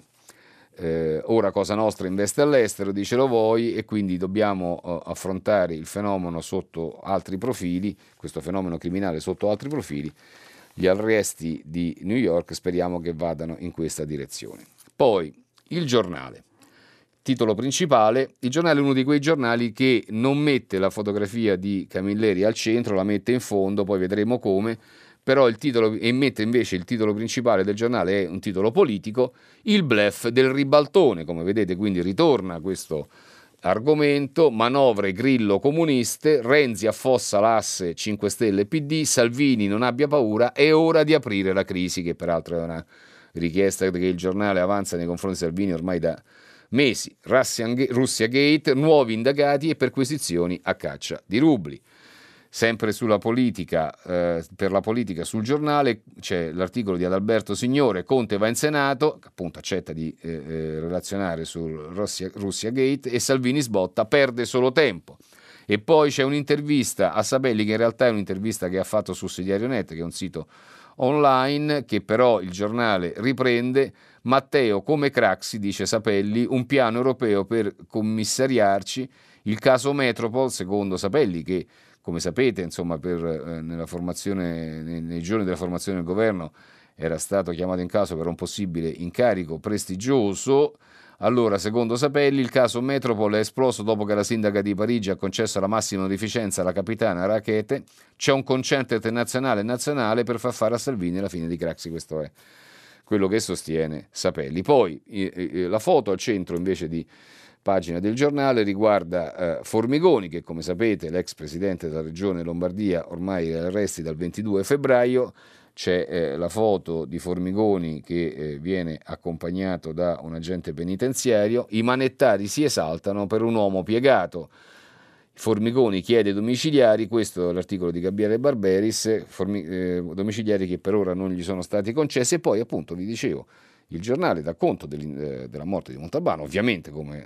Ora Cosa Nostra investe all'estero, dice Lovoi, e quindi dobbiamo affrontare il fenomeno sotto altri profili, questo fenomeno criminale sotto altri profili. Gli arresti di New York speriamo che vadano in questa direzione. Poi il Giornale. Titolo principale: il Giornale è uno di quei giornali che non mette la fotografia di Camilleri al centro, la mette in fondo, poi vedremo come, però il titolo, e mette invece il titolo principale del giornale è un titolo politico, il bluff del ribaltone, come vedete, quindi ritorna questo argomento, manovre Grillo comuniste, Renzi affossa l'asse 5 Stelle PD, Salvini non abbia paura, è ora di aprire la crisi, che peraltro è una richiesta che il giornale avanza nei confronti di Salvini ormai da mesi. Russia Gate, nuovi indagati e perquisizioni a caccia di rubli. Sempre sulla politica, per la politica sul Giornale c'è l'articolo di Adalberto Signore, Conte va in Senato, appunto accetta di relazionare sul Russia Gate, e Salvini sbotta, perde solo tempo. E poi c'è un'intervista a Sapelli, che in realtà è un'intervista che ha fatto su Sussidiario.net, che è un sito online, che però il giornale riprende. Matteo come Craxi, dice Sapelli, un piano europeo per commissariarci. Il caso Metropol, secondo Sapelli, che come sapete, insomma, nella formazione, nei giorni della formazione del governo era stato chiamato in causa per un possibile incarico prestigioso. Allora, secondo Sapelli, il caso Metropol è esploso dopo che la sindaca di Parigi ha concesso la massima onorificenza alla capitana Rackete. C'è un concerto internazionale e nazionale per far fare a Salvini la fine di Craxi. Questo è quello che sostiene Sapelli. Poi la foto al centro invece di pagina del giornale riguarda Formigoni, che come sapete l'ex presidente della regione Lombardia ormai è agli arresti dal 22 febbraio. C'è la foto di Formigoni che viene accompagnato da un agente penitenziario. I manettari si esaltano per un uomo piegato. Formigoni chiede domiciliari, questo è l'articolo di Gabriele Barberis, domiciliari che per ora non gli sono stati concessi. E poi, appunto, vi dicevo, il giornale dà conto della morte di Montalbano, ovviamente come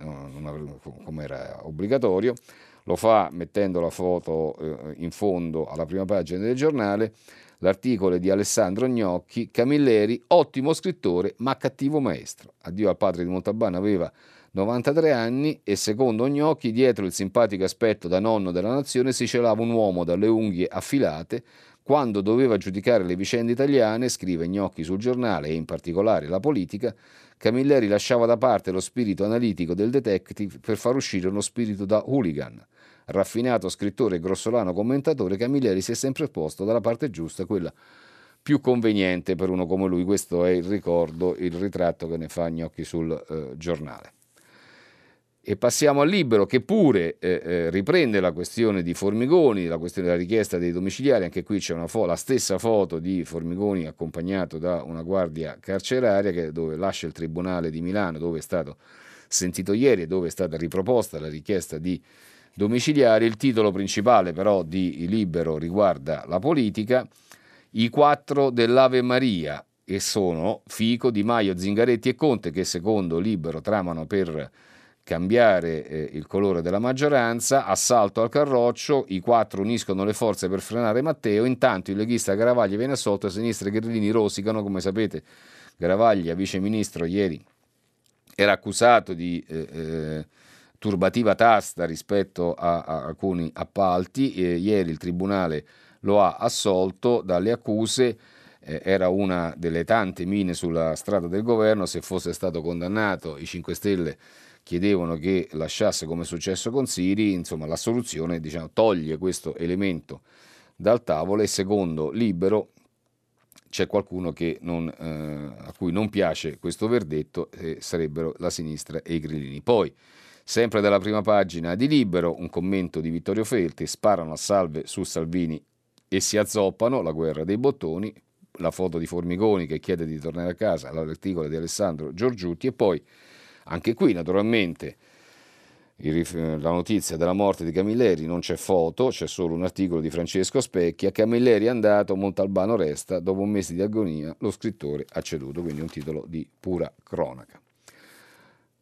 era obbligatorio, lo fa mettendo la foto in fondo alla prima pagina del giornale. L'articolo è di Alessandro Gnocchi, Camilleri, ottimo scrittore ma cattivo maestro. Addio al padre di Montalbano, aveva 93 anni e secondo Gnocchi dietro il simpatico aspetto da nonno della nazione si celava un uomo dalle unghie affilate. Quando doveva giudicare le vicende italiane, scrive Gnocchi sul giornale, e in particolare la politica, Camilleri lasciava da parte lo spirito analitico del detective per far uscire uno spirito da hooligan. Raffinato scrittore e grossolano commentatore, Camilleri si è sempre posto dalla parte giusta, quella più conveniente per uno come lui. Questo è il ricordo, il ritratto che ne fa Gnocchi sul giornale. E passiamo al Libero, che pure riprende la questione di Formigoni, la questione della richiesta dei domiciliari. Anche qui c'è la stessa foto di Formigoni accompagnato da una guardia carceraria dove lascia il Tribunale di Milano, dove è stato sentito ieri e dove è stata riproposta la richiesta di domiciliari. Il titolo principale però di Libero riguarda la politica. I 4 dell'Ave Maria, e sono Fico, Di Maio, Zingaretti e Conte, che secondo Libero tramano per cambiare il colore della maggioranza. Assalto al Carroccio, i 4 uniscono le forze per frenare Matteo. Intanto il leghista Garavaglia viene assolto, a sinistra i grillini rosicano. Come sapete, Garavaglia, viceministro, ieri era accusato di turbativa d'asta rispetto a alcuni appalti. Ieri il tribunale lo ha assolto dalle accuse. Era una delle tante mine sulla strada del governo. Se fosse stato condannato, i 5 Stelle chiedevano che lasciasse, come è successo con Siri. Insomma, la soluzione, toglie questo elemento dal tavolo, e secondo Libero c'è qualcuno a cui non piace questo verdetto, sarebbero la sinistra e i grillini. Poi, sempre dalla prima pagina di Libero, un commento di Vittorio Feltri: sparano a salve su Salvini e si azzoppano, la guerra dei bottoni. La foto di Formigoni che chiede di tornare a casa, l'articolo di Alessandro Giorgiuti. E poi anche qui naturalmente la notizia della morte di Camilleri, non c'è foto, c'è solo un articolo di Francesco Specchia: Camilleri è andato, Montalbano resta, dopo un mese di agonia lo scrittore ha ceduto. Quindi un titolo di pura cronaca.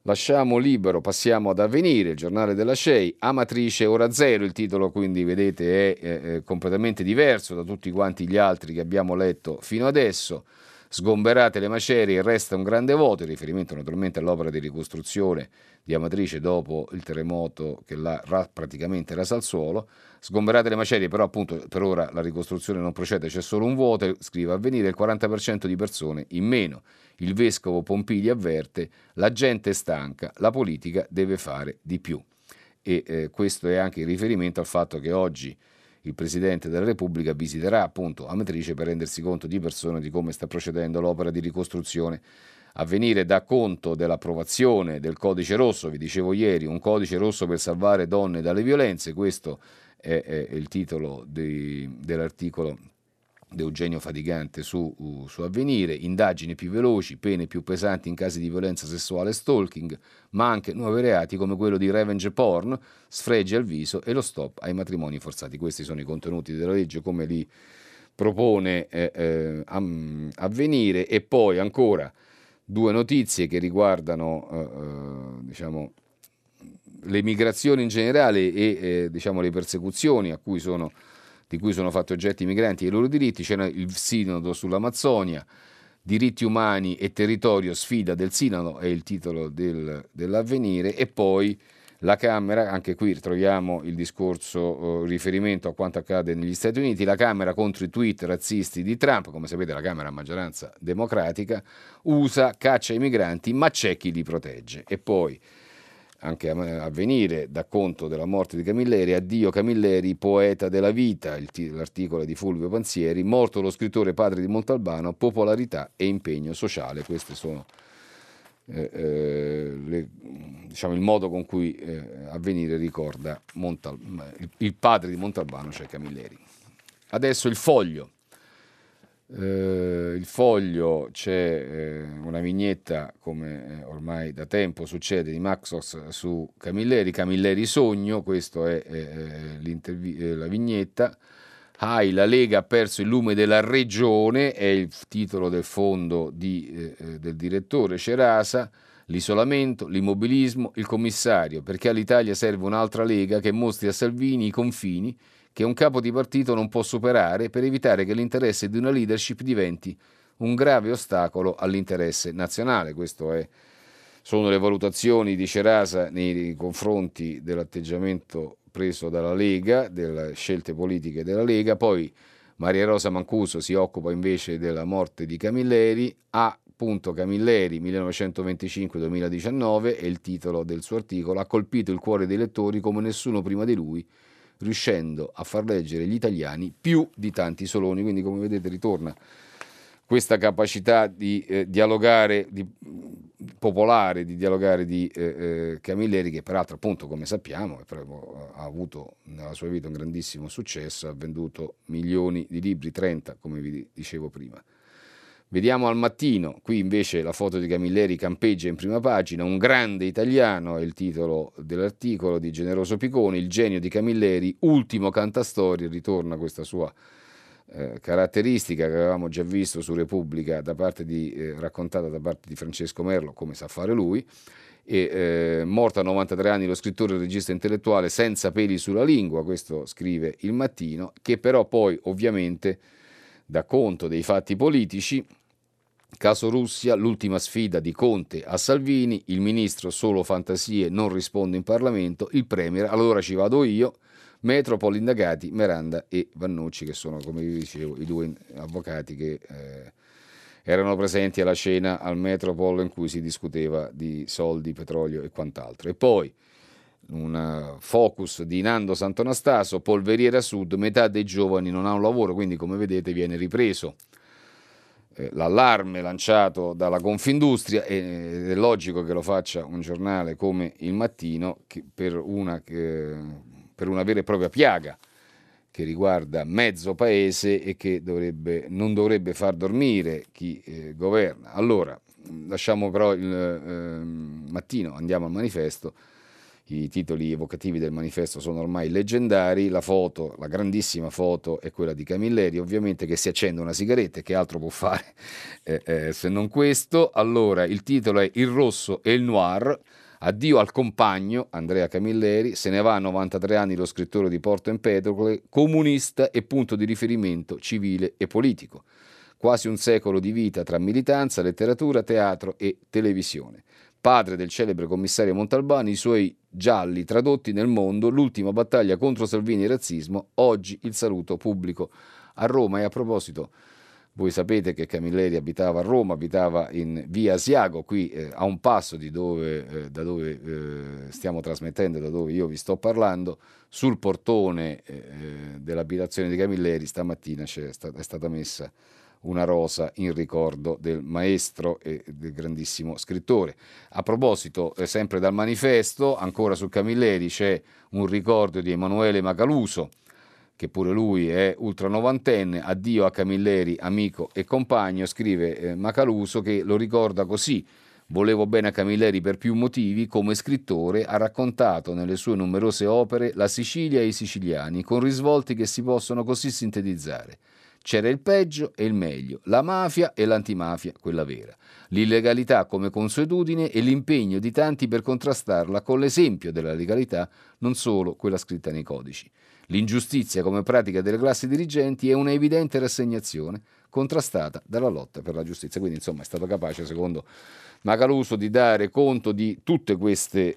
Lasciamo libero, passiamo ad Avvenire, il giornale della CEI, Amatrice ora zero, il titolo quindi vedete è completamente diverso da tutti quanti gli altri che abbiamo letto fino adesso. Sgomberate le macerie, resta un grande vuoto, in riferimento naturalmente all'opera di ricostruzione di Amatrice dopo il terremoto che l'ha praticamente rasa al suolo. Sgomberate le macerie, però appunto per ora la ricostruzione non procede, c'è solo un vuoto, scrive Avvenire, il 40% di persone in meno. Il vescovo Pompili avverte, la gente è stanca, la politica deve fare di più. E questo è anche in riferimento al fatto che oggi il Presidente della Repubblica visiterà appunto Amatrice per rendersi conto di persona di come sta procedendo l'opera di ricostruzione. Avvenire dà conto dell'approvazione del codice rosso, vi dicevo ieri, un codice rosso per salvare donne dalle violenze, questo è il titolo dell'articolo di Eugenio Fatigante su Avvenire, indagini più veloci, pene più pesanti in casi di violenza sessuale e stalking, ma anche nuovi reati come quello di revenge porn, sfregi al viso e lo stop ai matrimoni forzati. Questi sono i contenuti della legge come li propone Avvenire. E poi ancora due notizie che riguardano diciamo le migrazioni in generale e diciamo le persecuzioni di cui sono fatti oggetti i migranti e i loro diritti. C'era il sinodo sull'Amazzonia, diritti umani e territorio, sfida del sinodo è il titolo dell'Avvenire. E poi la Camera, anche qui ritroviamo il discorso riferimento a quanto accade negli Stati Uniti, la Camera contro i tweet razzisti di Trump, come sapete la Camera a maggioranza democratica, USA caccia i migranti ma c'è chi li protegge. E poi anche Avvenire dà conto della morte di Camilleri, addio Camilleri, poeta della vita, l'articolo di Fulvio Panzieri, morto lo scrittore padre di Montalbano, popolarità e impegno sociale. Queste sono diciamo il modo con cui Avvenire ricorda il padre di Montalbano, cioè Camilleri. Adesso il Foglio. Il Foglio c'è una vignetta, come ormai da tempo succede, di Maxos su Camilleri sogno, questo è la vignetta. La Lega ha perso il lume della regione, è il titolo del fondo del direttore Cerasa. L'isolamento, l'immobilismo, il commissario, perché all'Italia serve un'altra Lega che mostri a Salvini i confini che un capo di partito non può superare per evitare che l'interesse di una leadership diventi un grave ostacolo all'interesse nazionale. Queste sono le valutazioni di Cerasa nei confronti dell'atteggiamento preso dalla Lega, delle scelte politiche della Lega. Poi Maria Rosa Mancuso si occupa invece della morte di Camilleri. Camilleri 1925-2019 è il titolo del suo articolo, ha colpito il cuore dei lettori come nessuno prima di lui, riuscendo a far leggere gli italiani più di tanti Soloni. Quindi come vedete ritorna questa capacità di dialogare popolare, di dialogare di Camilleri, che peraltro appunto come sappiamo ha avuto nella sua vita un grandissimo successo, ha venduto milioni di libri, 30 come vi dicevo prima. Vediamo al Mattino, qui invece la foto di Camilleri campeggia in prima pagina, un grande italiano è il titolo dell'articolo di Generoso Piccone, il genio di Camilleri, ultimo cantastorie, ritorna questa sua caratteristica che avevamo già visto su Repubblica raccontata da parte di Francesco Merlo, come sa fare lui. Morto a 93 anni lo scrittore e il regista intellettuale senza peli sulla lingua, questo scrive il Mattino, che però poi ovviamente dà conto dei fatti politici. Caso Russia, l'ultima sfida di Conte a Salvini, il ministro solo fantasie, non risponde in Parlamento, il premier allora ci vado io, Metropol indagati Miranda e Vannucci, che sono, come vi dicevo, i due avvocati che erano presenti alla cena al Metropol in cui si discuteva di soldi, petrolio e quant'altro. E poi un focus di Nando Santonastaso, Polveriera Sud, metà dei giovani non ha un lavoro, quindi come vedete viene ripreso l'allarme lanciato dalla Confindustria ed è logico che lo faccia un giornale come Il Mattino per una vera e propria piaga che riguarda mezzo paese e che non dovrebbe far dormire chi governa. Allora, lasciamo però il Mattino, andiamo al Manifesto. I titoli evocativi del manifesto sono ormai leggendari, la foto, la grandissima foto è quella di Camilleri, ovviamente, che si accende una sigaretta, che altro può fare se non questo. Allora, il titolo è Il rosso e il noir, addio al compagno Andrea Camilleri, se ne va a 93 anni lo scrittore di Porto Empedocle, comunista e punto di riferimento civile e politico. Quasi un secolo di vita tra militanza, letteratura, teatro e televisione. Padre del celebre commissario Montalbano, i suoi gialli tradotti nel mondo, l'ultima battaglia contro Salvini e il razzismo, oggi il saluto pubblico a Roma. E a proposito, voi sapete che Camilleri abitava a Roma, abitava in via Asiago, qui a un passo da dove stiamo trasmettendo, da dove io vi sto parlando. Sul portone dell'abitazione di Camilleri stamattina è stata messa una rosa in ricordo del maestro e del grandissimo scrittore. A proposito, sempre dal manifesto, ancora su Camilleri c'è un ricordo di Emanuele Macaluso, che pure lui è ultranovantenne. Addio a Camilleri, amico e compagno, scrive Macaluso, che lo ricorda così: volevo bene a Camilleri per più motivi. Come scrittore ha raccontato nelle sue numerose opere la Sicilia e i siciliani, con risvolti che si possono così sintetizzare. C'era il peggio e il meglio, la mafia e l'antimafia, quella vera, l'illegalità come consuetudine e l'impegno di tanti per contrastarla con l'esempio della legalità, non solo quella scritta nei codici. L'ingiustizia come pratica delle classi dirigenti è una evidente rassegnazione contrastata dalla lotta per la giustizia. Quindi, insomma, è stato capace, secondo Macaluso, di dare conto di tutte queste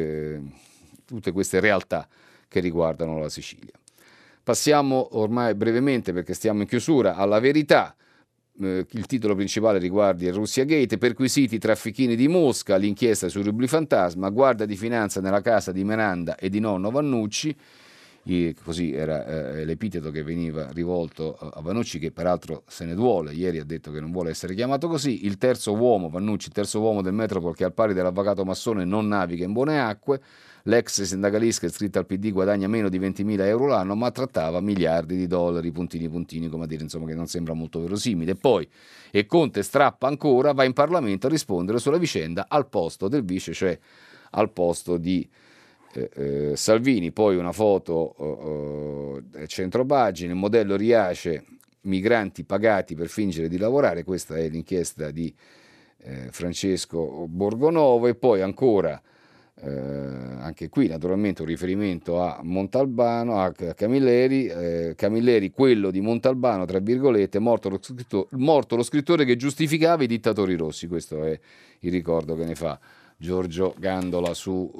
realtà che riguardano la Sicilia. Passiamo ormai brevemente, perché stiamo in chiusura, alla Verità. Il titolo principale riguarda il Russia Gate, perquisiti i traffichini di Mosca, l'inchiesta sui rubli fantasma, guardia di finanza nella casa di Miranda e di nonno Vannucci. Così era l'epiteto che veniva rivolto a Vannucci, che peraltro se ne duole. Ieri ha detto che non vuole essere chiamato così. Il terzo uomo, Vannucci, il terzo uomo del Metropol, che al pari dell'avvocato Massone non naviga in buone acque. L'ex sindacalista iscritto al PD guadagna meno di 20.000 euro l'anno, ma trattava miliardi di dollari, puntini puntini, come a dire, insomma, che non sembra molto verosimile. Poi, e Conte strappa ancora, va in Parlamento a rispondere sulla vicenda al posto del vice, cioè al posto di Salvini. Poi una foto centropagina, il modello Riace, migranti pagati per fingere di lavorare. Questa è l'inchiesta di Francesco Borgonovo. E poi ancora anche qui naturalmente un riferimento a Montalbano, a Camilleri. Camilleri, quello di Montalbano, tra virgolette, morto lo scrittore che giustificava i dittatori rossi. Questo è il ricordo che ne fa Giorgio Gandola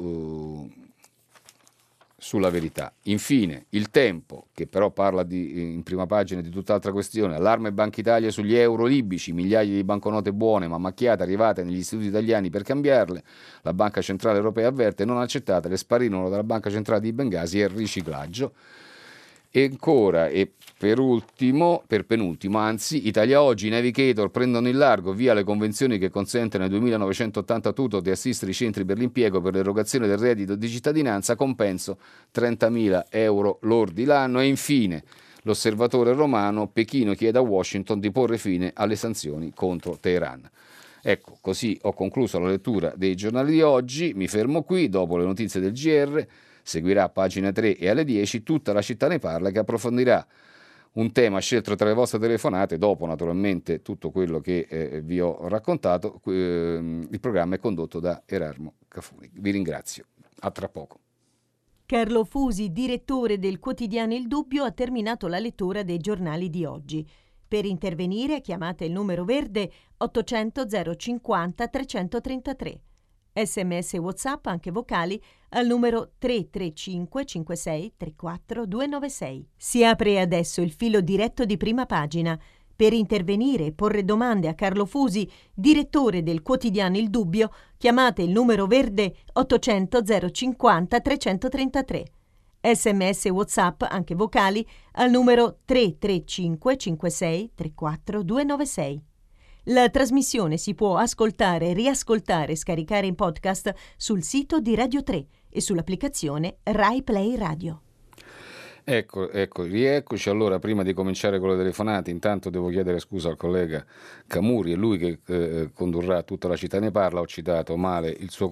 sulla Verità. Infine Il Tempo, che però parla in prima pagina di tutt'altra questione. Allarme Banca Italia sugli euro libici, migliaia di banconote buone ma macchiate arrivate negli istituti italiani per cambiarle. La Banca Centrale Europea avverte: non accettatele, sparirono dalla Banca Centrale di Bengasi e il riciclaggio. E ancora, e per penultimo, Italia Oggi, i navigator prendono in largo, via le convenzioni che consentono ai 2.980 tutor di assistere i centri per l'impiego per l'erogazione del reddito di cittadinanza, compenso 30.000 euro lordi l'anno. E infine l'Osservatore Romano, Pechino chiede a Washington di porre fine alle sanzioni contro Teheran. Ecco, così ho concluso la lettura dei giornali di oggi, mi fermo qui. Dopo le notizie del GR seguirà a pagina 3 e alle 10 Tutta la città ne parla, che approfondirà un tema scelto tra le vostre telefonate. Dopo naturalmente tutto quello che vi ho raccontato. Il programma è condotto da Erarmo Cafuri. Vi ringrazio, a tra poco. Carlo Fusi, direttore del quotidiano Il Dubbio, ha terminato la lettura dei giornali di oggi. Per intervenire chiamate il numero verde 800 050 333. SMS e WhatsApp, anche vocali, al numero 335 56 34 296. Si apre adesso il filo diretto di Prima Pagina. Per intervenire e porre domande a Carlo Fusi, direttore del quotidiano Il Dubbio, chiamate il numero verde 800 050 333. SMS e WhatsApp, anche vocali, al numero 335 56 34 296. La trasmissione si può ascoltare, riascoltare e scaricare in podcast sul sito di Radio 3 e sull'applicazione Rai Play Radio. Ecco, rieccoci. Allora, prima di cominciare con le telefonate, intanto devo chiedere scusa al collega Camuri, è lui che condurrà Tutta la città ne parla. Ho citato male il suo...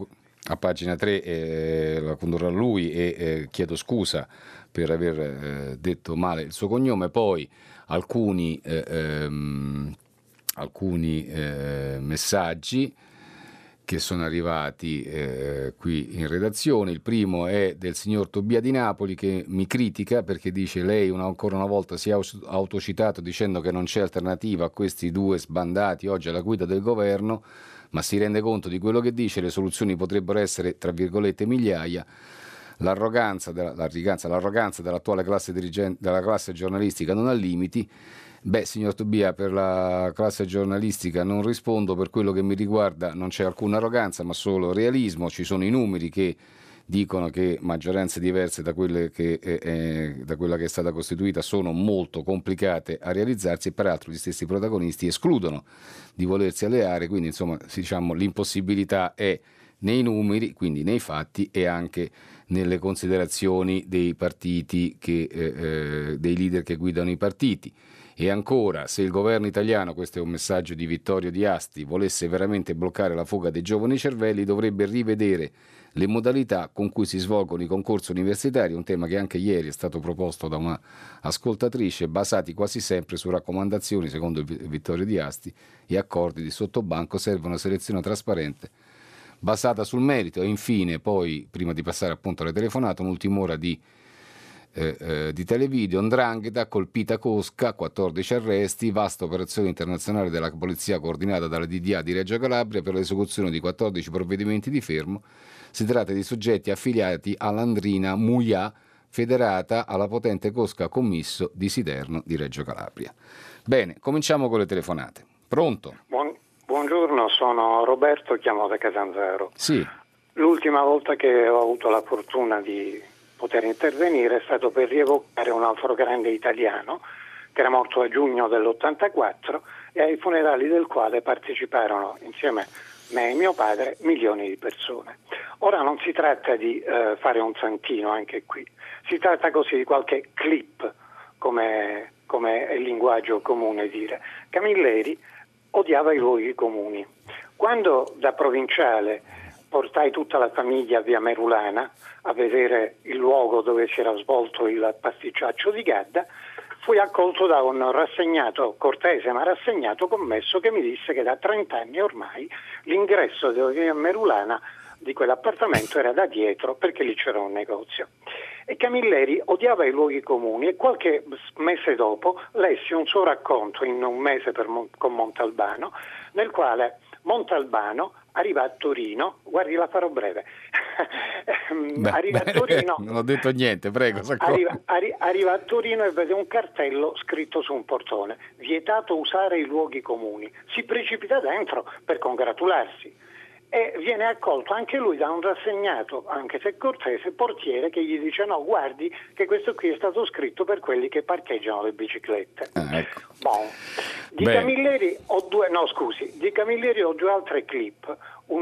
a pagina 3 la condurrà lui e chiedo scusa per aver detto male il suo cognome. Poi alcuni messaggi che sono arrivati qui in redazione. Il primo è del signor Tobia di Napoli, che mi critica perché dice: lei ancora una volta si è autocitato dicendo che non c'è alternativa a questi due sbandati oggi alla guida del governo, ma si rende conto di quello che dice, le soluzioni potrebbero essere, tra virgolette, migliaia. L'arroganza dell'attuale classe dirigente, della classe giornalistica non ha limiti. Beh, signor Tobia, per la classe giornalistica non rispondo, per quello che mi riguarda non c'è alcuna arroganza, ma solo realismo. Ci sono i numeri che dicono che maggioranze diverse da quella che è stata costituita sono molto complicate a realizzarsi, e peraltro gli stessi protagonisti escludono di volersi alleare, quindi insomma diciamo l'impossibilità è nei numeri, quindi nei fatti, e anche nelle considerazioni dei partiti, dei leader che guidano i partiti. E ancora, se il governo italiano, questo è un messaggio di Vittorio Di Asti, volesse veramente bloccare la fuga dei giovani cervelli, dovrebbe rivedere le modalità con cui si svolgono i concorsi universitari, un tema che anche ieri è stato proposto da una ascoltatrice, basati quasi sempre su raccomandazioni, secondo Vittorio Di Asti, e accordi di sottobanco. Serve una selezione trasparente basata sul merito. E infine, poi, prima di passare appunto alle telefonate, un'ultima ora di televideo. 'Ndrangheta colpita Cosca, 14 arresti, vasta operazione internazionale della polizia coordinata dalla DDA di Reggio Calabria per l'esecuzione di 14 provvedimenti di fermo. Si tratta di soggetti affiliati all'Andrina Muia, federata alla potente Cosca Commisso di Siderno di Reggio Calabria. Bene, cominciamo con le telefonate. Pronto? Buongiorno, sono Roberto, chiamo da Catanzaro. Sì. L'ultima volta che ho avuto la fortuna di poter intervenire è stato per rievocare un altro grande italiano che era morto a giugno dell'84 e ai funerali del quale parteciparono insieme a me e mio padre milioni di persone. Ora non si tratta di fare un santino anche qui, si tratta così di qualche clip, come è il linguaggio comune dire. Camilleri odiava i luoghi comuni. Quando da provinciale portai tutta la famiglia a via Merulana a vedere il luogo dove si era svolto il pasticciaccio di Gadda, fui accolto da un rassegnato, cortese ma rassegnato commesso, che mi disse che da 30 anni ormai l'ingresso di via Merulana di quell'appartamento era da dietro, perché lì c'era un negozio. E Camilleri odiava i luoghi comuni, e qualche mese dopo lessi un suo racconto in Un mese con Montalbano, nel quale Montalbano arriva a Torino, guardi, la farò breve. Arriva a Torino, non ho detto niente, prego. Arriva a Torino e vede un cartello scritto su un portone: vietato usare i luoghi comuni. Si precipita dentro per congratularsi e viene accolto anche lui da un rassegnato, anche se cortese, portiere, che gli dice: no, guardi che questo qui è stato scritto per quelli che parcheggiano le biciclette. Ecco. Bon. Di Camilleri ho due altre clip,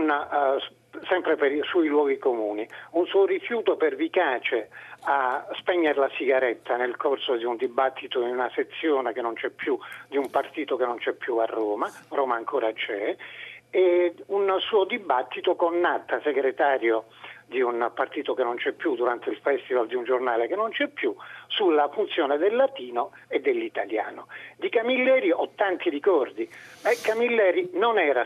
sempre sui luoghi comuni, un suo rifiuto pervicace a spegnere la sigaretta nel corso di un dibattito in una sezione che non c'è più, di un partito che non c'è più a Roma ancora c'è, e un suo dibattito con Natta, segretario di un partito che non c'è più, durante il festival di un giornale che non c'è più, sulla funzione del latino e dell'italiano. Di Camilleri ho tanti ricordi. Camilleri non era,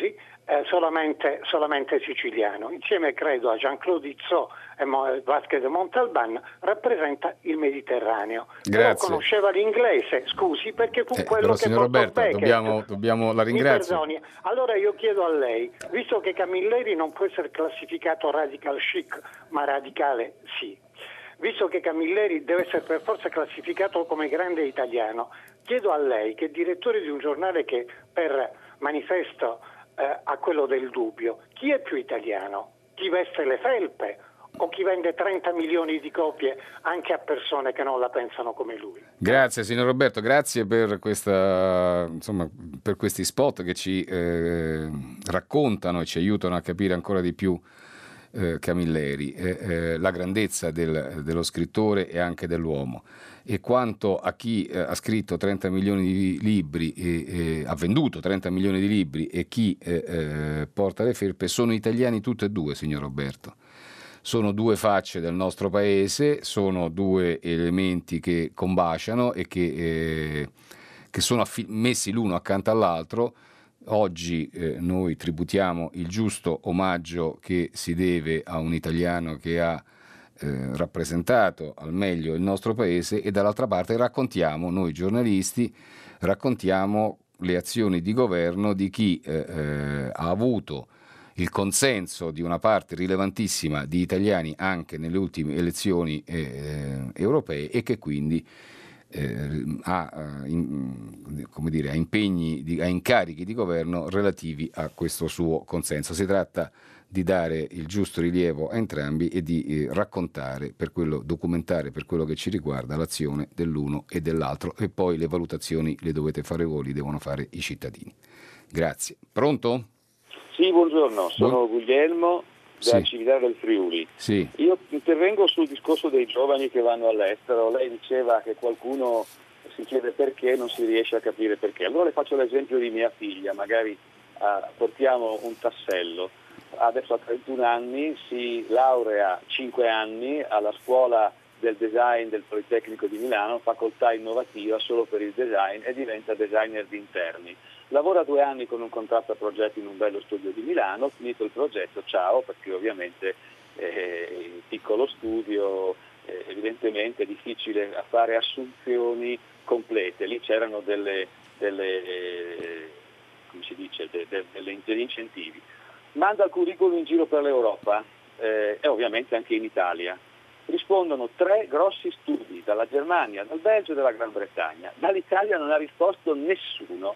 solamente siciliano. Insieme, credo, a Jean-Claude Izzot e Vasquez de Montalban rappresenta il Mediterraneo. Grazie. Però conosceva l'inglese, perché fu quello che signor Roberto, dobbiamo la ringrazio. Mi perdoni. Allora io chiedo a lei, visto che Camilleri non può essere classificato radical chic, ma radicale sì, visto che Camilleri deve essere per forza classificato come grande italiano, chiedo a lei, che è direttore di un giornale che per manifesto a quello del dubbio, chi è più italiano? Chi veste le felpe o chi vende 30 milioni di copie anche a persone che non la pensano come lui? Grazie signor Roberto, grazie per per questi spot che ci raccontano e ci aiutano a capire ancora di più Camilleri, la grandezza dello scrittore e anche dell'uomo, e quanto a chi ha scritto 30 milioni di libri, ha venduto 30 milioni di libri, e chi porta le felpe, sono italiani tutti e due, signor Roberto. Sono due facce del nostro paese, sono due elementi che combaciano e che sono messi l'uno accanto all'altro. Oggi noi tributiamo il giusto omaggio che si deve a un italiano che ha rappresentato al meglio il nostro paese, e dall'altra parte noi giornalisti raccontiamo le azioni di governo di chi ha avuto il consenso di una parte rilevantissima di italiani anche nelle ultime elezioni europee, e che quindi ha impegni, ha incarichi di governo relativi a questo suo consenso. Si tratta di dare il giusto rilievo a entrambi e di documentare per quello che ci riguarda l'azione dell'uno e dell'altro, e poi le valutazioni le dovete fare voi, le devono fare i cittadini. Grazie. Pronto? Sì, buongiorno, sono Guglielmo da Sì. Cividale del Friuli. Sì. Io intervengo sul discorso dei giovani che vanno all'estero. Lei diceva che qualcuno si chiede perché, non si riesce a capire perché. Allora le faccio l'esempio di mia figlia, magari portiamo un tassello. Adesso ha 31 anni, si laurea 5 anni alla scuola del design del Politecnico di Milano, facoltà innovativa solo per il design, e diventa designer di interni. Lavora 2 anni con un contratto a progetto in un bello studio di Milano, finito il progetto, ciao, perché ovviamente il piccolo studio evidentemente è difficile a fare assunzioni complete. Lì c'erano degli incentivi. Manda il curriculum in giro per l'Europa e ovviamente anche in Italia. Rispondono 3 grossi studi, dalla Germania, dal Belgio e dalla Gran Bretagna. Dall'Italia non ha risposto nessuno.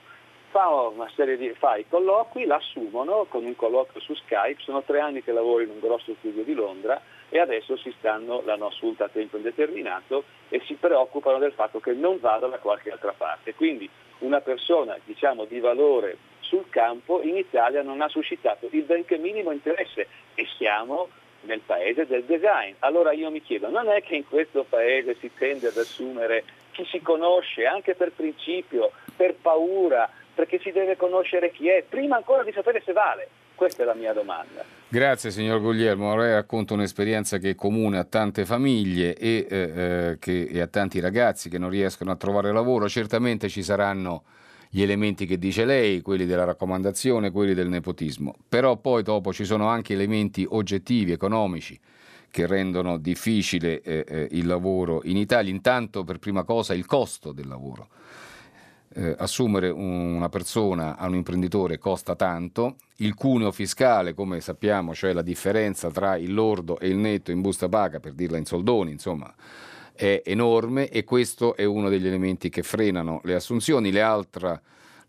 Fa i colloqui, l'assumono con un colloquio su Skype. Sono 3 anni che lavoro in un grosso studio di Londra e adesso l'hanno assunta a tempo indeterminato e si preoccupano del fatto che non vada da qualche altra parte. Quindi una persona, di valore sul campo in Italia non ha suscitato il benché minimo interesse, e siamo nel paese del design. Allora io mi chiedo, non è che in questo paese si tende ad assumere chi si conosce anche per principio, per paura, perché si deve conoscere chi è, prima ancora di sapere se vale? Questa è la mia domanda. Grazie signor Guglielmo, lei racconta un'esperienza che è comune a tante famiglie e a tanti ragazzi che non riescono a trovare lavoro. Certamente ci saranno gli elementi che dice lei, quelli della raccomandazione, quelli del nepotismo, però poi dopo ci sono anche elementi oggettivi, economici, che rendono difficile il lavoro in Italia. Intanto, per prima cosa, il costo del lavoro. Assumere una persona a un imprenditore costa tanto, il cuneo fiscale, come sappiamo, cioè la differenza tra il lordo e il netto in busta paga, per dirla in soldoni, insomma, è enorme, e questo è uno degli elementi che frenano le assunzioni. L'altro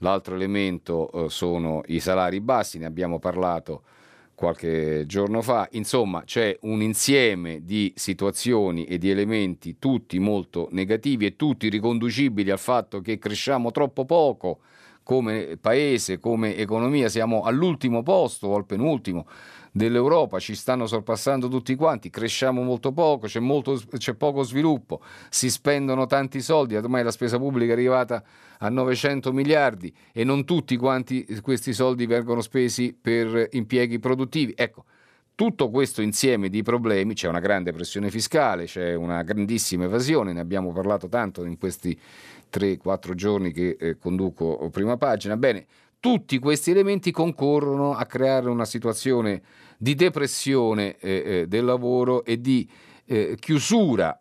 elemento sono i salari bassi, ne abbiamo parlato qualche giorno fa. Insomma, c'è un insieme di situazioni e di elementi tutti molto negativi e tutti riconducibili al fatto che cresciamo troppo poco come paese, come economia. Siamo all'ultimo posto o al penultimo dell'Europa, ci stanno sorpassando tutti quanti, cresciamo molto poco, c'è poco sviluppo, si spendono tanti soldi, ormai la spesa pubblica è arrivata a 900 miliardi e non tutti quanti questi soldi vengono spesi per impieghi produttivi. Ecco, tutto questo insieme di problemi, c'è una grande pressione fiscale, c'è una grandissima evasione, ne abbiamo parlato tanto in questi 3-4 giorni che conduco Prima Pagina. Bene, tutti questi elementi concorrono a creare una situazione di depressione del lavoro e di chiusura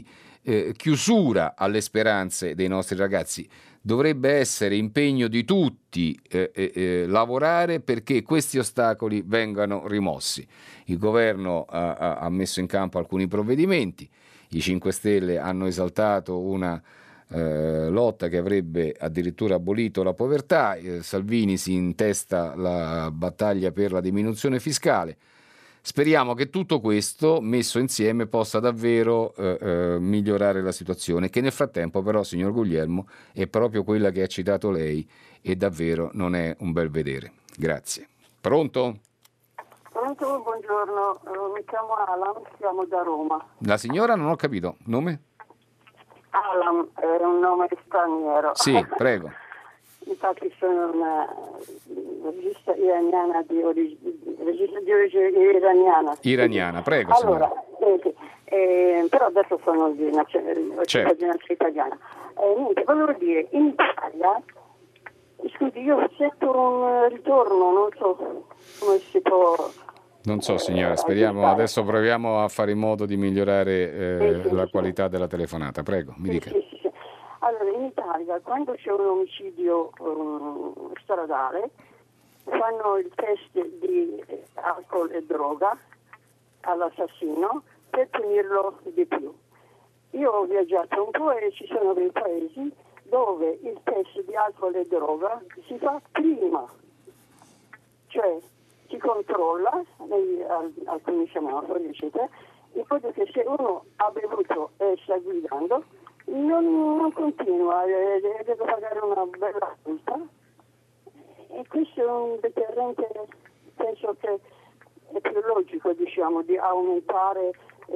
alle speranze dei nostri ragazzi. Dovrebbe essere impegno di tutti lavorare perché questi ostacoli vengano rimossi. Il governo ha messo in campo alcuni provvedimenti, i 5 Stelle hanno esaltato una lotta che avrebbe addirittura abolito la povertà, Salvini si intesta la battaglia per la diminuzione fiscale. Speriamo che tutto questo messo insieme possa davvero migliorare la situazione, che nel frattempo però, signor Guglielmo, è proprio quella che ha citato lei e davvero non è un bel vedere. Grazie. Pronto? Pronto? Pronto, buongiorno, mi chiamo Alan, siamo da Roma. La signora non ho capito, nome? Alan è un nome straniero. Sì, prego. Infatti sono una regista iraniana di origine iraniana. Iraniana, prego allora, signora. però adesso sono di nazionalità italiana. Niente, volevo dire, in Italia, scusi, io sento un ritorno, non so come si può... Non so signora, speriamo, adesso proviamo a fare in modo di migliorare la qualità della telefonata. Prego, mi dica. Sì. Allora, in Italia, quando c'è un omicidio stradale, fanno il test di alcol e droga all'assassino per punirlo di più. Io ho viaggiato un po' e ci sono dei paesi dove il test di alcol e droga si fa prima, cioè si controlla alcuni semafori, eccetera, in modo che se uno ha bevuto e sta guidando non continua, deve pagare una bella multa, e questo è un deterrente, penso che è più logico, diciamo, di aumentare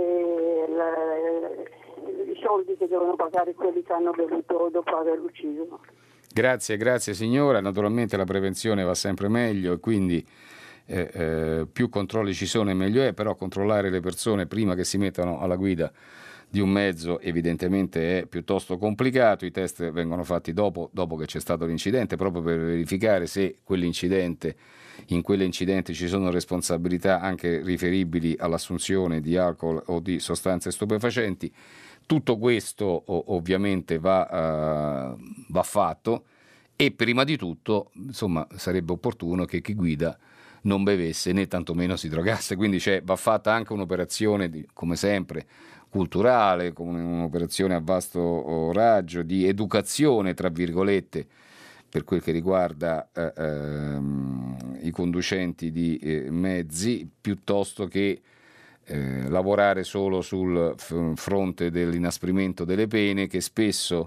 i soldi che devono pagare quelli che hanno bevuto dopo aver ucciso. Grazie signora, naturalmente la prevenzione va sempre meglio e quindi più controlli ci sono e meglio è, però controllare le persone prima che si mettano alla guida di un mezzo evidentemente è piuttosto complicato. I test vengono fatti dopo che c'è stato l'incidente, proprio per verificare se in quell'incidente ci sono responsabilità anche riferibili all'assunzione di alcol o di sostanze stupefacenti. Tutto questo ovviamente va fatto, e prima di tutto, insomma, sarebbe opportuno che chi guida non bevesse né tantomeno si drogasse, quindi va fatta anche un'operazione come sempre culturale, come un'operazione a vasto raggio di educazione, tra virgolette, per quel che riguarda i conducenti di mezzi, piuttosto che lavorare solo sul fronte dell'inasprimento delle pene, che spesso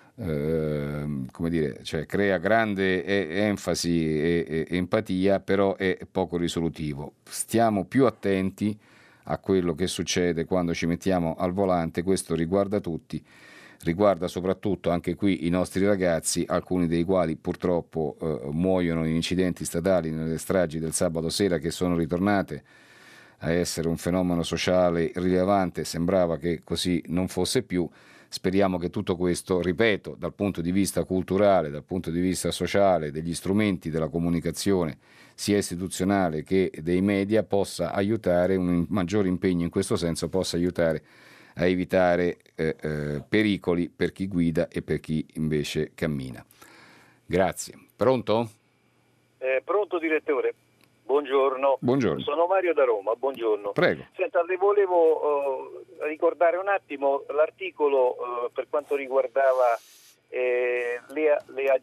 crea grande enfasi e empatia, però è poco risolutivo. Stiamo più attenti a quello che succede quando ci mettiamo al volante, questo riguarda tutti, riguarda soprattutto anche qui i nostri ragazzi, alcuni dei quali purtroppo muoiono in incidenti stradali, nelle stragi del sabato sera, che sono ritornate a essere un fenomeno sociale rilevante. Sembrava che così non fosse più. Speriamo che tutto questo, ripeto, dal punto di vista culturale, dal punto di vista sociale, degli strumenti della comunicazione, sia istituzionale che dei media, possa aiutare, un maggiore impegno in questo senso possa aiutare a evitare pericoli per chi guida e per chi invece cammina. Grazie. Pronto? Pronto direttore? Buongiorno. Buongiorno. Sono Mario da Roma, buongiorno. Prego. Senta, le volevo ricordare un attimo l'articolo per quanto riguardava le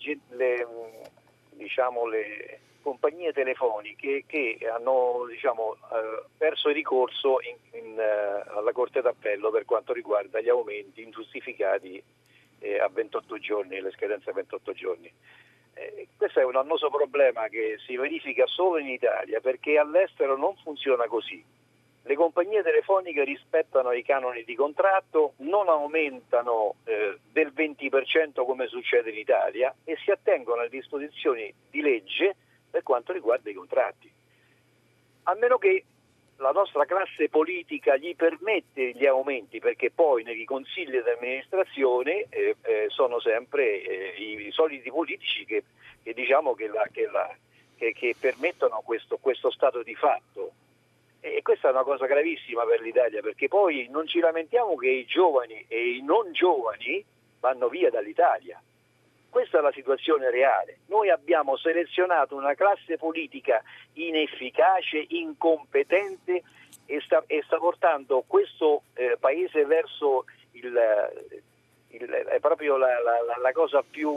compagnie telefoniche che hanno perso il ricorso alla Corte d'Appello per quanto riguarda gli aumenti ingiustificati a 28 giorni, le scadenze a 28 giorni. Questo è un annoso problema che si verifica solo in Italia, perché all'estero non funziona così. Le compagnie telefoniche rispettano i canoni di contratto, non aumentano del 20% come succede in Italia, e si attengono alle disposizioni di legge per quanto riguarda i contratti. A meno che la nostra classe politica gli permette gli aumenti, perché poi nei consigli di amministrazione sono sempre i soliti politici che permettono questo stato di fatto. E questa è una cosa gravissima per l'Italia, perché poi non ci lamentiamo che i giovani e i non giovani vanno via dall'Italia. Questa è la situazione reale. Noi abbiamo selezionato una classe politica inefficace, incompetente, e sta portando questo paese verso è proprio la cosa più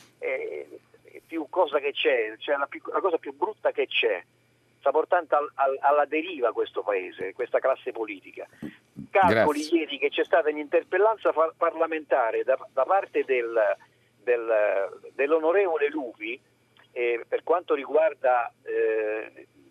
cosa che c'è, cioè la cosa più brutta che c'è. Sta portando alla deriva questo paese, questa classe politica. Calcoli Grazie. Ieri che c'è stata un'interpellanza parlamentare da parte dell'onorevole Lupi per quanto riguarda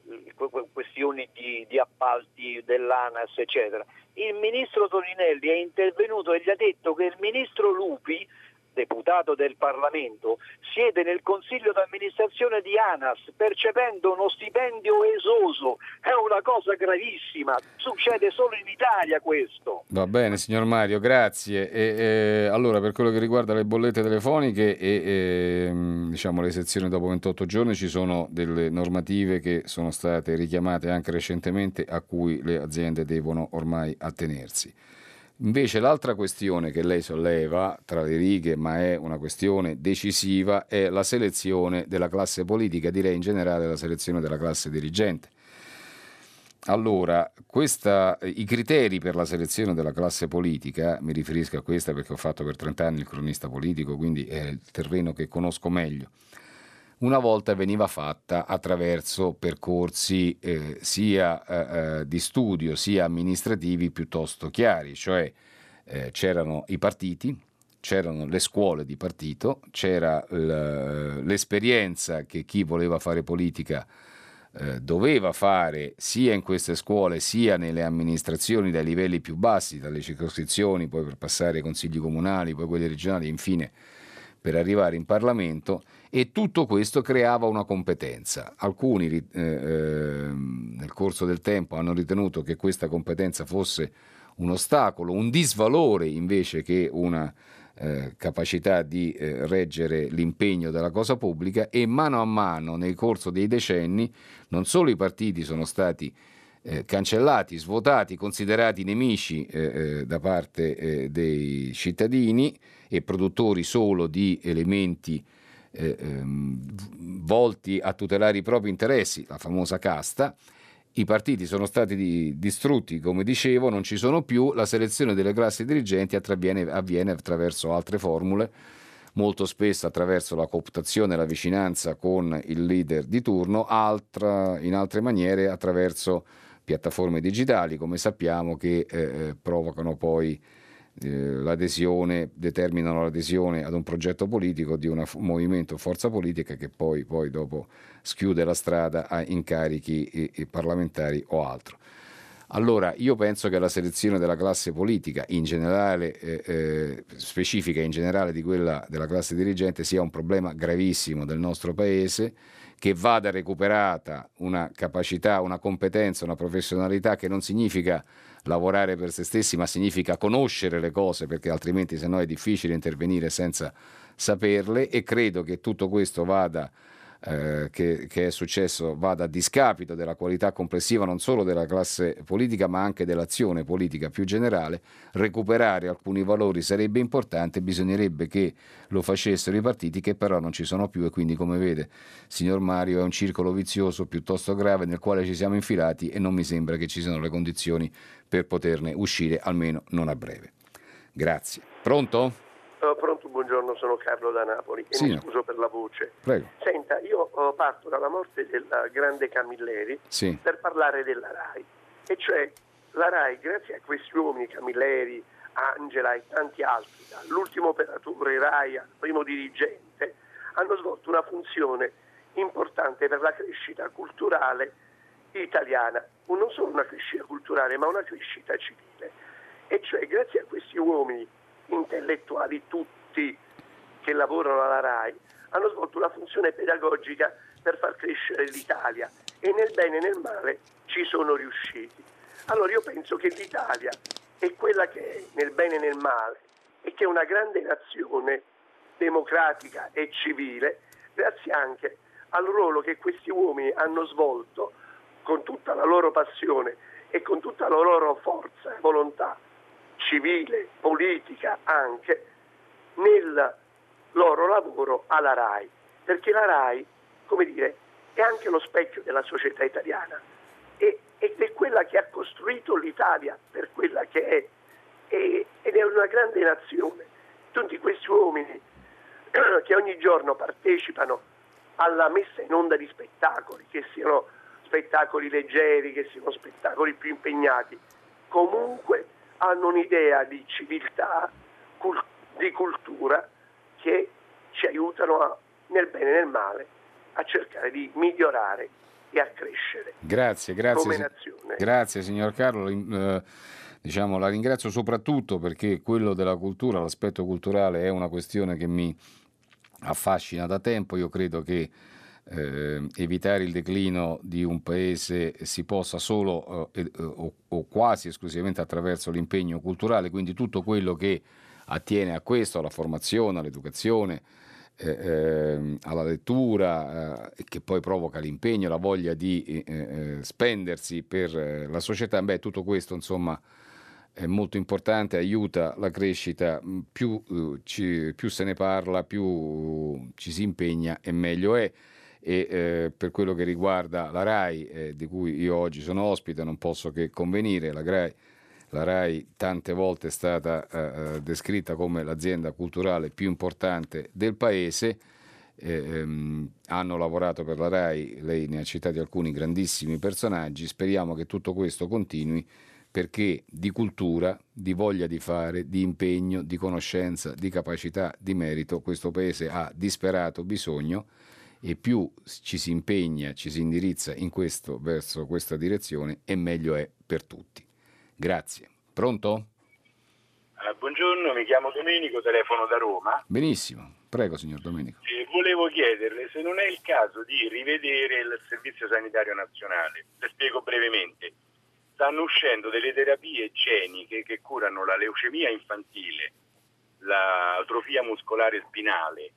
questioni di appalti dell'ANAS, eccetera. Il ministro Toninelli è intervenuto e gli ha detto che il ministro Lupi, deputato del Parlamento, siede nel consiglio d'amministrazione di ANAS percependo uno stipendio esoso. È una cosa gravissima, succede solo in Italia questo. Va bene, signor Mario, grazie. Allora, per quello che riguarda le bollette telefoniche e diciamo le sezioni dopo 28 giorni, ci sono delle normative che sono state richiamate anche recentemente a cui le aziende devono ormai attenersi. Invece l'altra questione che lei solleva tra le righe, ma è una questione decisiva, è la selezione della classe politica, direi in generale la selezione della classe dirigente. Allora, i criteri per la selezione della classe politica, mi riferisco a questa perché ho fatto per 30 anni il cronista politico, quindi è il terreno che conosco meglio. Una volta veniva fatta attraverso percorsi sia di studio sia amministrativi piuttosto chiari, cioè c'erano i partiti, c'erano le scuole di partito, c'era l'esperienza che chi voleva fare politica doveva fare sia in queste scuole sia nelle amministrazioni dai livelli più bassi, dalle circoscrizioni, poi per passare ai consigli comunali, poi quelli regionali e infine per arrivare in Parlamento, e tutto questo creava una competenza. Alcuni nel corso del tempo hanno ritenuto che questa competenza fosse un ostacolo, un disvalore invece che una capacità di reggere l'impegno della cosa pubblica, e mano a mano nel corso dei decenni non solo i partiti sono stati cancellati, svuotati, considerati nemici da parte dei cittadini e produttori solo di elementi volti a tutelare i propri interessi, la famosa casta. I partiti sono stati distrutti, come dicevo, non ci sono più, la selezione delle classi dirigenti avviene attraverso altre formule, molto spesso attraverso la cooptazione e la vicinanza con il leader di turno, in altre maniere attraverso piattaforme digitali, come sappiamo, che provocano poi determinano l'adesione ad un progetto politico di un movimento, forza politica, che poi dopo schiude la strada a incarichi parlamentari o altro. Allora, io penso che la selezione della classe politica, in generale, specifica in generale di quella della classe dirigente, sia un problema gravissimo del nostro Paese, che vada recuperata una capacità, una competenza, una professionalità che non significa lavorare per se stessi, ma significa conoscere le cose, perché altrimenti sennò è difficile intervenire senza saperle, e credo che tutto questo che è successo vada a discapito della qualità complessiva non solo della classe politica ma anche dell'azione politica più generale. Recuperare alcuni valori sarebbe importante, bisognerebbe che lo facessero i partiti, che però non ci sono più, e quindi, come vede, signor Mario, è un circolo vizioso piuttosto grave nel quale ci siamo infilati e non mi sembra che ci siano le condizioni per poterne uscire, almeno non a breve. Grazie. Pronto? Pronto, buongiorno, sono Carlo da Napoli e sì, mi scuso per la voce. Prego. Senta, io parto dalla morte del grande Camilleri per parlare della RAI, e cioè la RAI, grazie a questi uomini, Camilleri, Angela e tanti altri, dall'ultimo operatore RAI al primo dirigente, hanno svolto una funzione importante per la crescita culturale italiana, non solo una crescita culturale ma una crescita civile, e cioè grazie a questi uomini intellettuali tutti che lavorano alla RAI hanno svolto una funzione pedagogica per far crescere l'Italia, e nel bene e nel male ci sono riusciti. Allora io penso che l'Italia è quella che è nel bene e nel male, e che è una grande nazione democratica e civile grazie anche al ruolo che questi uomini hanno svolto con tutta la loro passione e con tutta la loro forza e volontà civile, politica anche, nel loro lavoro alla RAI, perché la RAI, come dire, è anche lo specchio della società italiana ed è quella che ha costruito l'Italia per quella che è, ed è una grande nazione. Tutti questi uomini che ogni giorno partecipano alla messa in onda di spettacoli, che siano spettacoli leggeri, che siano spettacoli più impegnati, comunque hanno un'idea di civiltà, di cultura, che ci aiutano nel bene e nel male a cercare di migliorare e a crescere grazie, come nazione. Grazie signor Carlo, la ringrazio soprattutto perché quello della cultura, l'aspetto culturale è una questione che mi affascina da tempo. Io credo che evitare il declino di un paese si possa solo o quasi esclusivamente attraverso l'impegno culturale, quindi tutto quello che attiene a questo, alla formazione, all'educazione, alla lettura, che poi provoca l'impegno, la voglia di spendersi per la società, tutto questo insomma è molto importante, aiuta la crescita, più se ne parla, più ci si impegna e meglio è. E per quello che riguarda la RAI, di cui io oggi sono ospite, non posso che convenire. La RAI tante volte è stata descritta come l'azienda culturale più importante del paese. Hanno lavorato per la RAI, lei ne ha citati alcuni grandissimi personaggi. Speriamo che tutto questo continui, perché di cultura, di voglia di fare, di impegno, di conoscenza, di capacità, di merito questo paese ha disperato bisogno, e più ci si impegna, ci si indirizza verso questa direzione, e meglio è per tutti. Grazie. Pronto? Buongiorno, mi chiamo Domenico, telefono da Roma. Benissimo, prego signor Domenico. Volevo chiederle se non è il caso di rivedere il Servizio Sanitario Nazionale. Le spiego brevemente. Stanno uscendo delle terapie geniche che curano la leucemia infantile, l'atrofia muscolare spinale.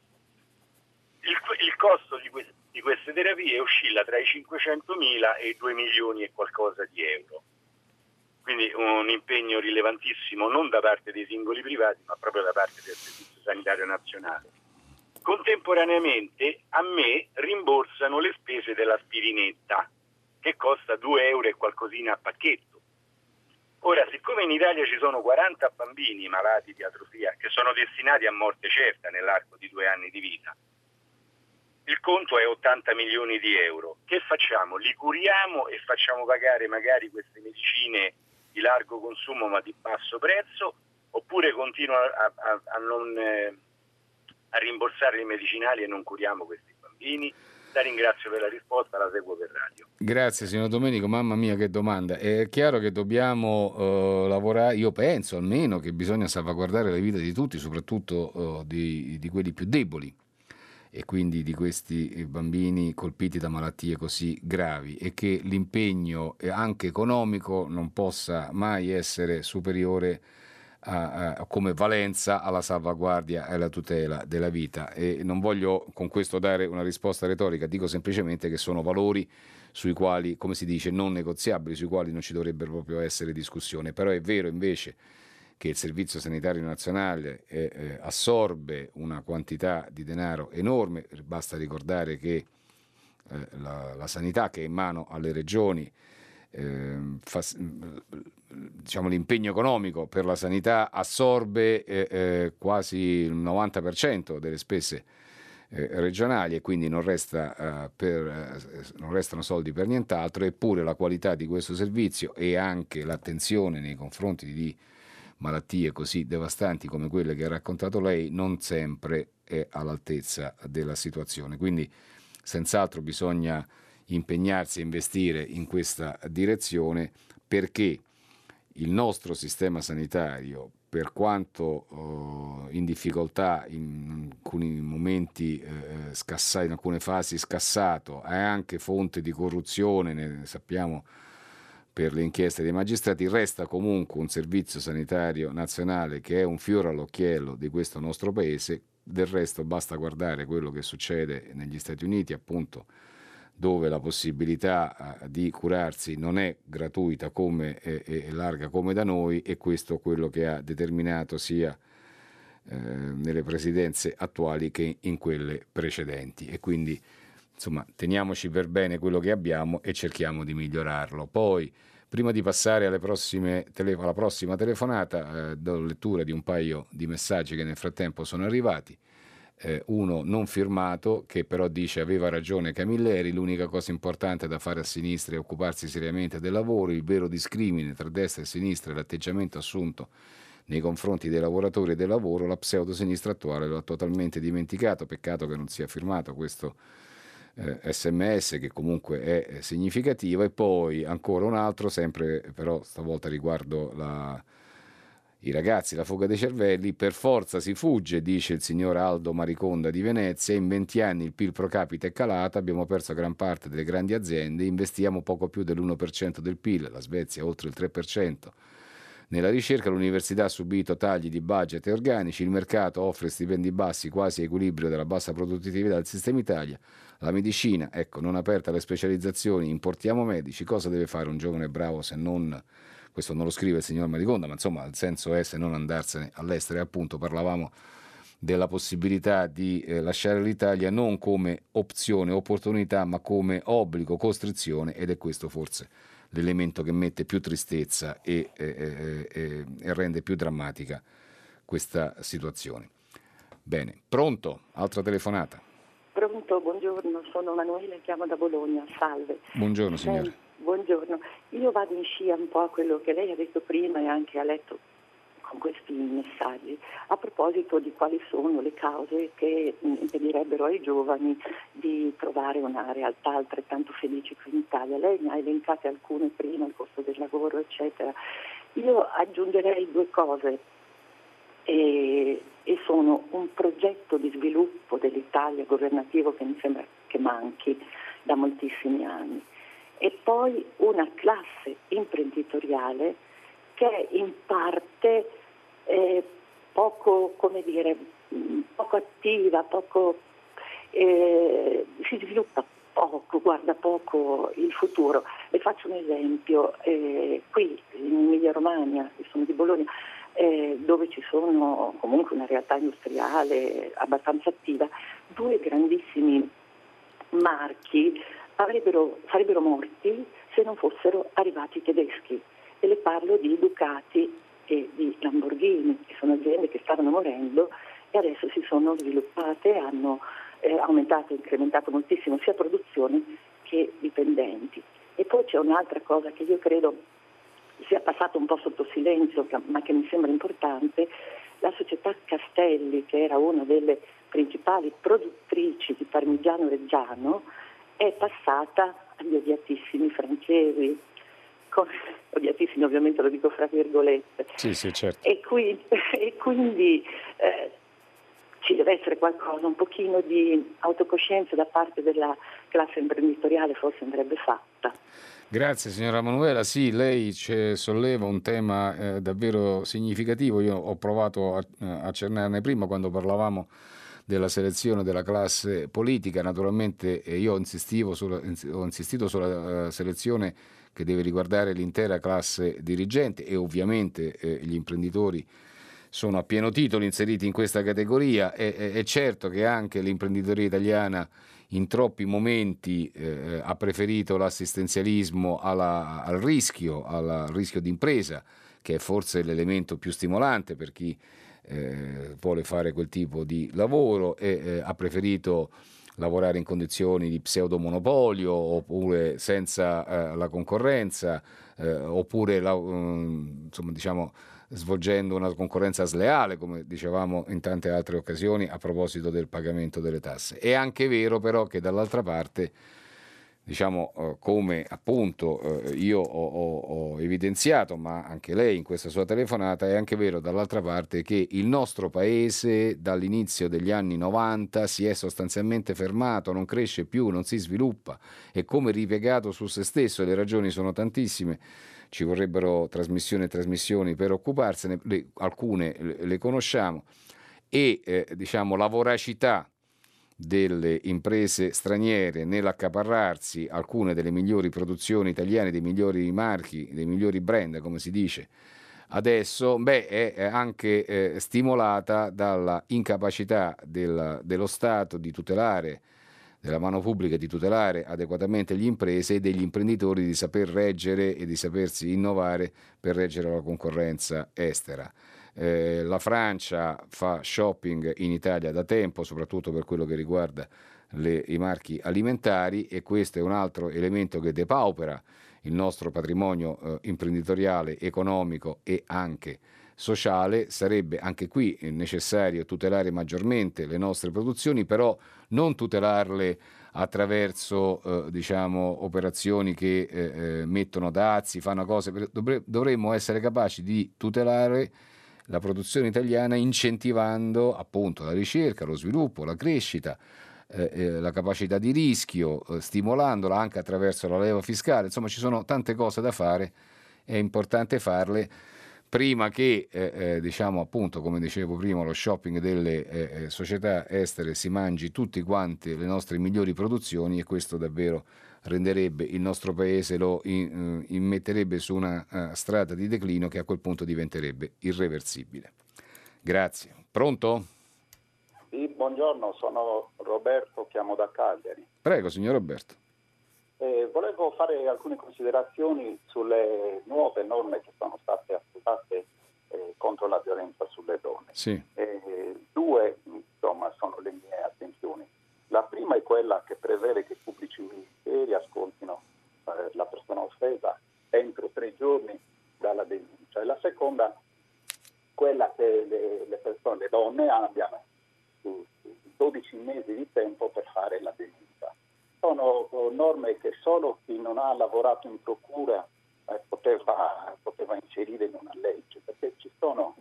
Il costo di queste terapie oscilla tra i 500.000 e i 2 milioni e qualcosa di euro. Quindi un impegno rilevantissimo non da parte dei singoli privati, ma proprio da parte del Servizio Sanitario Nazionale. Contemporaneamente a me rimborsano le spese dell'aspirinetta, che costa 2 euro e qualcosina a pacchetto. Ora, siccome in Italia ci sono 40 bambini malati di atrofia che sono destinati a morte certa nell'arco di 2 anni di vita, il conto è 80 milioni di euro. Che facciamo? Li curiamo e facciamo pagare magari queste medicine di largo consumo ma di basso prezzo, oppure continuano a rimborsare i medicinali e non curiamo questi bambini? La ringrazio per la risposta, la seguo per radio. Grazie signor Domenico, mamma mia che domanda. È chiaro che dobbiamo lavorare, io penso almeno che bisogna salvaguardare la vita di tutti, soprattutto di quelli più deboli, e quindi di questi bambini colpiti da malattie così gravi, e che l'impegno anche economico non possa mai essere superiore come valenza alla salvaguardia e alla tutela della vita. E non voglio con questo dare una risposta retorica, dico semplicemente che sono valori sui quali, come si dice, non negoziabili, sui quali non ci dovrebbero proprio essere discussione. Però è vero invece che il Servizio Sanitario Nazionale assorbe una quantità di denaro enorme. Basta ricordare che la sanità, che è in mano alle regioni, l'impegno economico per la sanità assorbe quasi il 90% delle spese regionali, e quindi non restano soldi per nient'altro. Eppure la qualità di questo servizio e anche l'attenzione nei confronti di malattie così devastanti come quelle che ha raccontato lei non sempre è all'altezza della situazione. Quindi senz'altro bisogna impegnarsi e investire in questa direzione, perché il nostro sistema sanitario, per quanto in difficoltà, in alcuni momenti scassato, in alcune fasi scassato, è anche fonte di corruzione, ne sappiamo per le inchieste dei magistrati, resta comunque un servizio sanitario nazionale che è un fiore all'occhiello di questo nostro paese. Del resto basta guardare quello che succede negli Stati Uniti, appunto, dove la possibilità di curarsi non è gratuita e larga come da noi, e questo è quello che ha determinato sia nelle presidenze attuali che in quelle precedenti. E quindi insomma teniamoci per bene quello che abbiamo e cerchiamo di migliorarlo. Poi, prima di passare alla prossima telefonata, do lettura di un paio di messaggi che nel frattempo sono arrivati. Uno non firmato, che però dice: aveva ragione Camilleri, l'unica cosa importante da fare a sinistra è occuparsi seriamente del lavoro, il vero discrimine tra destra e sinistra è l'atteggiamento assunto nei confronti dei lavoratori e del lavoro, la pseudosinistra attuale lo ha totalmente dimenticato. Peccato che non sia firmato questo SMS, che comunque è significativo, e poi ancora un altro, sempre però stavolta riguardo i ragazzi, la fuga dei cervelli. Per forza si fugge, dice il signor Aldo Mariconda di Venezia, in 20 anni il PIL pro capite è calato, abbiamo perso gran parte delle grandi aziende, investiamo poco più dell'1% del PIL, la Svezia oltre il 3%. Nella ricerca l'università ha subito tagli di budget e organici, il mercato offre stipendi bassi quasi a equilibrio della bassa produttività del sistema Italia, la medicina, ecco, non aperta alle specializzazioni, importiamo medici, cosa deve fare un giovane bravo se non, questo non lo scrive il signor Mariconda, ma insomma il senso è se non andarsene all'estero, e appunto parlavamo della possibilità di lasciare l'Italia non come opzione, opportunità, ma come obbligo, costrizione, ed è questo forse l'elemento che mette più tristezza e rende più drammatica questa situazione. Bene, pronto? Altra telefonata. Pronto, buongiorno, sono Manuela, chiamo da Bologna, salve. Buongiorno signora. Buongiorno, io vado in scia un po' a quello che lei ha detto prima e anche ha letto con questi messaggi, a proposito di quali sono le cause che impedirebbero ai giovani di trovare una realtà altrettanto felice qui in Italia. Lei ne ha elencate alcune prima, il costo del lavoro, eccetera. Io aggiungerei due cose e sono un progetto di sviluppo dell'Italia governativo che mi sembra che manchi da moltissimi anni, e poi una classe imprenditoriale che è in parte poco, come dire, poco attiva, si sviluppa poco, guarda poco il futuro. Le faccio un esempio, qui in Emilia Romagna, io sono di Bologna, dove ci sono comunque una realtà industriale abbastanza attiva, due grandissimi marchi sarebbero morti se non fossero arrivati i tedeschi, e le parlo di Ducati e di Lamborghini, che sono aziende che stavano morendo e adesso si sono sviluppate, hanno aumentato e incrementato moltissimo sia produzione che dipendenti. E poi c'è un'altra cosa che io credo sia passata un po' sotto silenzio, ma che mi sembra importante: la società Castelli, che era una delle principali produttrici di parmigiano reggiano, è passata agli odiatissimi francesi, odiatissimi ovviamente lo dico fra virgolette. Sì, certo. E quindi ci deve essere qualcosa, un pochino di autocoscienza da parte della classe imprenditoriale, forse andrebbe fatta. Grazie signora Manuela, sì, lei ci solleva un tema davvero significativo. Io ho provato a accennarne prima quando parlavamo della selezione della classe politica. Naturalmente io ho insistito sulla selezione che deve riguardare l'intera classe dirigente, e ovviamente gli imprenditori sono a pieno titolo inseriti in questa categoria. È certo che anche l'imprenditoria italiana in troppi momenti ha preferito l'assistenzialismo al rischio d'impresa, che è forse l'elemento più stimolante per chi vuole fare quel tipo di lavoro, e ha preferito lavorare in condizioni di pseudomonopolio, oppure senza la concorrenza, oppure insomma, diciamo, svolgendo una concorrenza sleale, come dicevamo in tante altre occasioni a proposito del pagamento delle tasse. È anche vero però che dall'altra parte, diciamo, come appunto io ho evidenziato, ma anche lei in questa sua telefonata, è anche vero dall'altra parte che il nostro paese dall'inizio degli anni 90 si è sostanzialmente fermato, non cresce più, non si sviluppa, è come ripiegato su se stesso, e le ragioni sono tantissime. Ci vorrebbero trasmissioni per occuparsene, alcune le conosciamo, e diciamo la voracità delle imprese straniere nell'accaparrarsi alcune delle migliori produzioni italiane, dei migliori marchi, dei migliori brand, come si dice adesso, è anche stimolata dalla incapacità dello Stato di tutelare, della mano pubblica di tutelare adeguatamente le imprese e degli imprenditori di saper reggere e di sapersi innovare per reggere la concorrenza estera. La Francia fa shopping in Italia da tempo, soprattutto per quello che riguarda i marchi alimentari, e questo è un altro elemento che depaupera il nostro patrimonio imprenditoriale, economico e anche sociale. Sarebbe anche qui necessario tutelare maggiormente le nostre produzioni, però non tutelarle attraverso operazioni che mettono dazi, fanno cose. Dovremmo essere capaci di tutelare la produzione italiana incentivando appunto la ricerca, lo sviluppo, la crescita, la capacità di rischio, stimolandola anche attraverso la leva fiscale. Insomma, ci sono tante cose da fare, è importante farle prima che appunto, come dicevo prima, lo shopping delle società estere si mangi tutti quanti le nostre migliori produzioni, e questo davvero renderebbe il nostro paese, lo immetterebbe su una strada di declino che a quel punto diventerebbe irreversibile. Grazie. Pronto? Sì, buongiorno, sono Roberto, chiamo da Cagliari. Prego, signor Roberto. Volevo fare alcune considerazioni sulle nuove norme che sono state approvate contro la violenza sulle donne. Sì. Due, insomma, sono le mie attenzioni. La prima è quella che prevede che i pubblici ministeri ascoltino la persona offesa entro 3 giorni dalla denuncia, e la seconda quella che le donne abbiano 12 mesi di tempo per fare la denuncia. Sono norme che solo chi non ha lavorato in procura poteva inserire in una legge, perché ci sono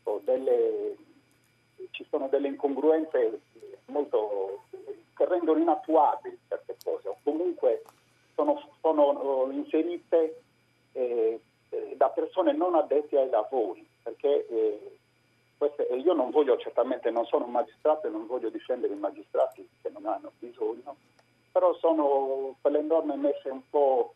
delle incongruenze molto che rendono inattuabili certe cose, o comunque sono inserite da persone non addette ai lavori, perché io non sono un magistrato e non voglio difendere i magistrati che non hanno bisogno, però sono quelle norme messe un po'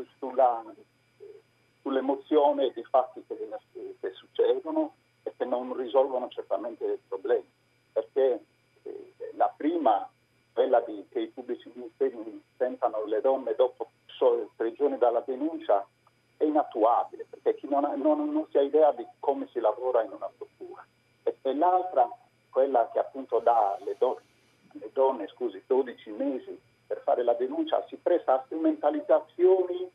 sull'emozione di fatti che succedono e che non risolvono certamente il problema, perché la prima, quella che i pubblici ministeri sentano le donne dopo solo 3 giorni dalla denuncia, è inattuabile, perché chi non si ha idea di come si lavora in una procura. E l'altra, quella che appunto dà alle donne 12 mesi per fare la denuncia, si presta a strumentalizzazioni,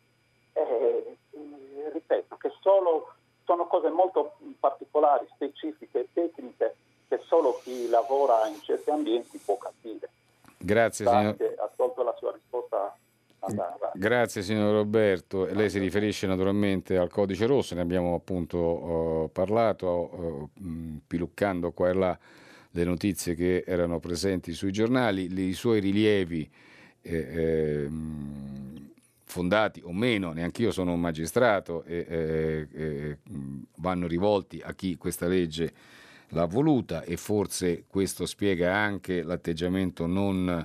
ripeto, che sono cose molto particolari, specifiche, tecniche, che solo chi lavora in certi ambienti può capire. Grazie, signor. Ascolto la sua risposta. Grazie signor Roberto. Lei si riferisce naturalmente al codice rosso, ne abbiamo appunto parlato, piluccando qua e là le notizie che erano presenti sui giornali. I suoi rilievi fondati o meno, neanch'io sono un magistrato, vanno rivolti a chi questa legge l'ha voluta, e forse questo spiega anche l'atteggiamento non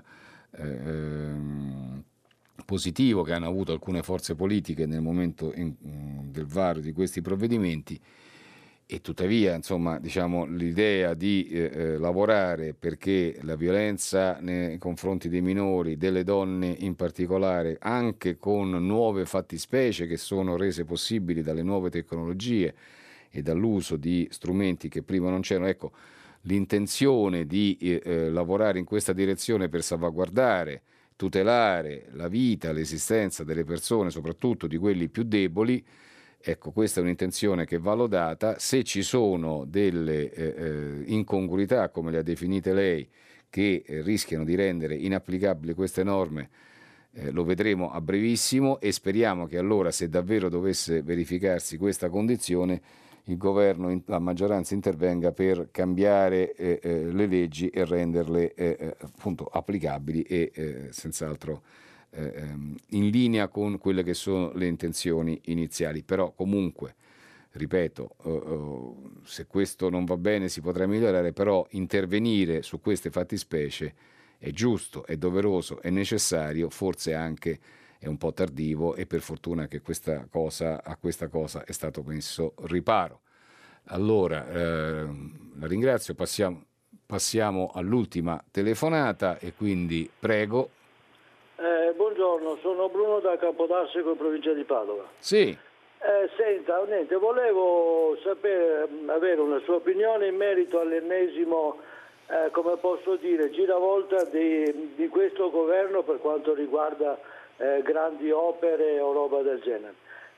positivo che hanno avuto alcune forze politiche nel momento del varo di questi provvedimenti. E tuttavia, insomma, l'idea di lavorare perché la violenza nei confronti dei minori, delle donne in particolare, anche con nuove fattispecie che sono rese possibili dalle nuove tecnologie e dall'uso di strumenti che prima non c'erano, ecco, l'intenzione di lavorare in questa direzione per salvaguardare, tutelare la vita, l'esistenza delle persone, soprattutto di quelli più deboli. Ecco, questa è un'intenzione che va lodata. Se ci sono delle incongruità, come le ha definite lei, che rischiano di rendere inapplicabili queste norme, lo vedremo a brevissimo, e speriamo che allora, se davvero dovesse verificarsi questa condizione, il governo, la maggioranza intervenga per cambiare le leggi e renderle appunto applicabili e senz'altro in linea con quelle che sono le intenzioni iniziali. Però comunque, ripeto, se questo non va bene si potrà migliorare, però intervenire su queste fattispecie è giusto, è doveroso, è necessario, forse anche è un po' tardivo, e per fortuna che a questa cosa è stato messo riparo. Allora, la ringrazio, passiamo all'ultima telefonata, e quindi prego. Buongiorno, sono Bruno da Capodarsego, in provincia di Padova. Sì. Senta, volevo avere una sua opinione in merito all'ennesimo, come posso dire, giravolta di questo governo per quanto riguarda grandi opere o roba del genere.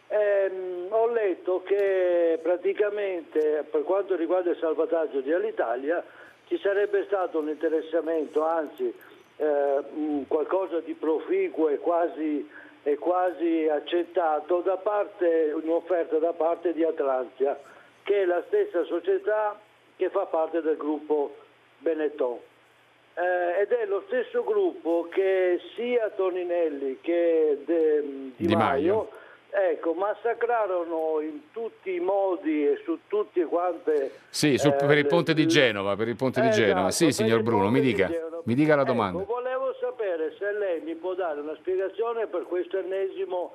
Ho letto che praticamente per quanto riguarda il salvataggio di Alitalia ci sarebbe stato un interessamento, anzi qualcosa di proficuo e quasi accettato da parte, un'offerta da parte di Atlantia, che è la stessa società che fa parte del gruppo Benetton. Ed è lo stesso gruppo che sia Toninelli che Di Maio massacrarono in tutti i modi e su tutti quante... Sì, per il ponte di Genova, Esatto, sì, signor Bruno, mi dica la domanda. Volevo sapere se lei mi può dare una spiegazione per questo ennesimo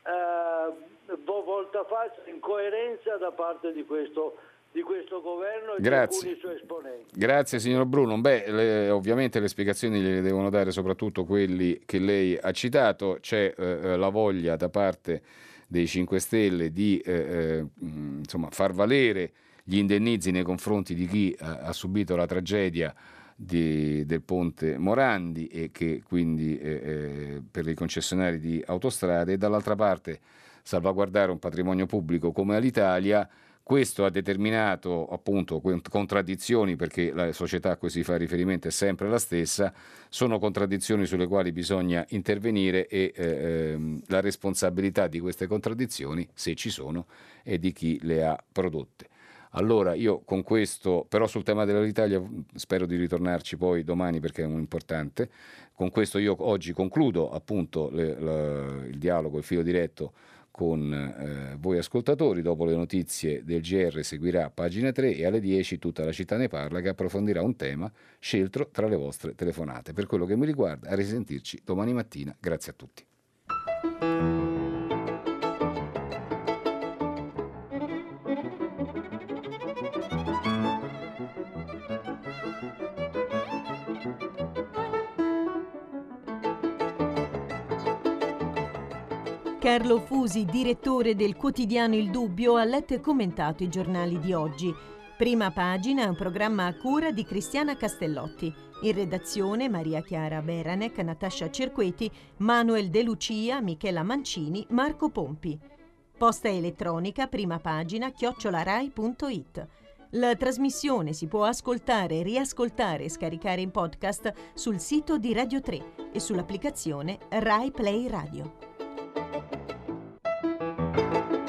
voltafaccia in coerenza da parte di questo governo e di alcuni suoi esponenti. Grazie signor Bruno. Ovviamente le spiegazioni le devono dare soprattutto quelli che lei ha citato. C'è la voglia da parte dei 5 Stelle di far valere gli indennizi nei confronti di chi ha subito la tragedia del ponte Morandi e che quindi per i concessionari di autostrade, e dall'altra parte salvaguardare un patrimonio pubblico come Alitalia. Questo ha determinato appunto contraddizioni, perché la società a cui si fa riferimento è sempre la stessa, sono contraddizioni sulle quali bisogna intervenire e la responsabilità di queste contraddizioni, se ci sono, è di chi le ha prodotte. Allora io con questo, però sul tema dell'Alitalia spero di ritornarci poi domani perché è un importante, con questo io oggi concludo appunto il dialogo, il filo diretto con voi ascoltatori. Dopo le notizie del GR seguirà Pagina 3 e alle 10 Tutta la città ne parla, che approfondirà un tema scelto tra le vostre telefonate. Per quello che mi riguarda, a risentirci domani mattina. Grazie a tutti. Carlo Fusi, direttore del quotidiano Il Dubbio, ha letto e commentato i giornali di oggi. Prima Pagina è un programma a cura di Cristiana Castellotti. In redazione Maria Chiara Beranec, Natascia Cerqueti, Manuel De Lucia, Michela Mancini, Marco Pompi. Posta elettronica primapagina@rai.it. La trasmissione si può ascoltare, riascoltare e scaricare in podcast sul sito di Radio 3 e sull'applicazione Rai Play Radio.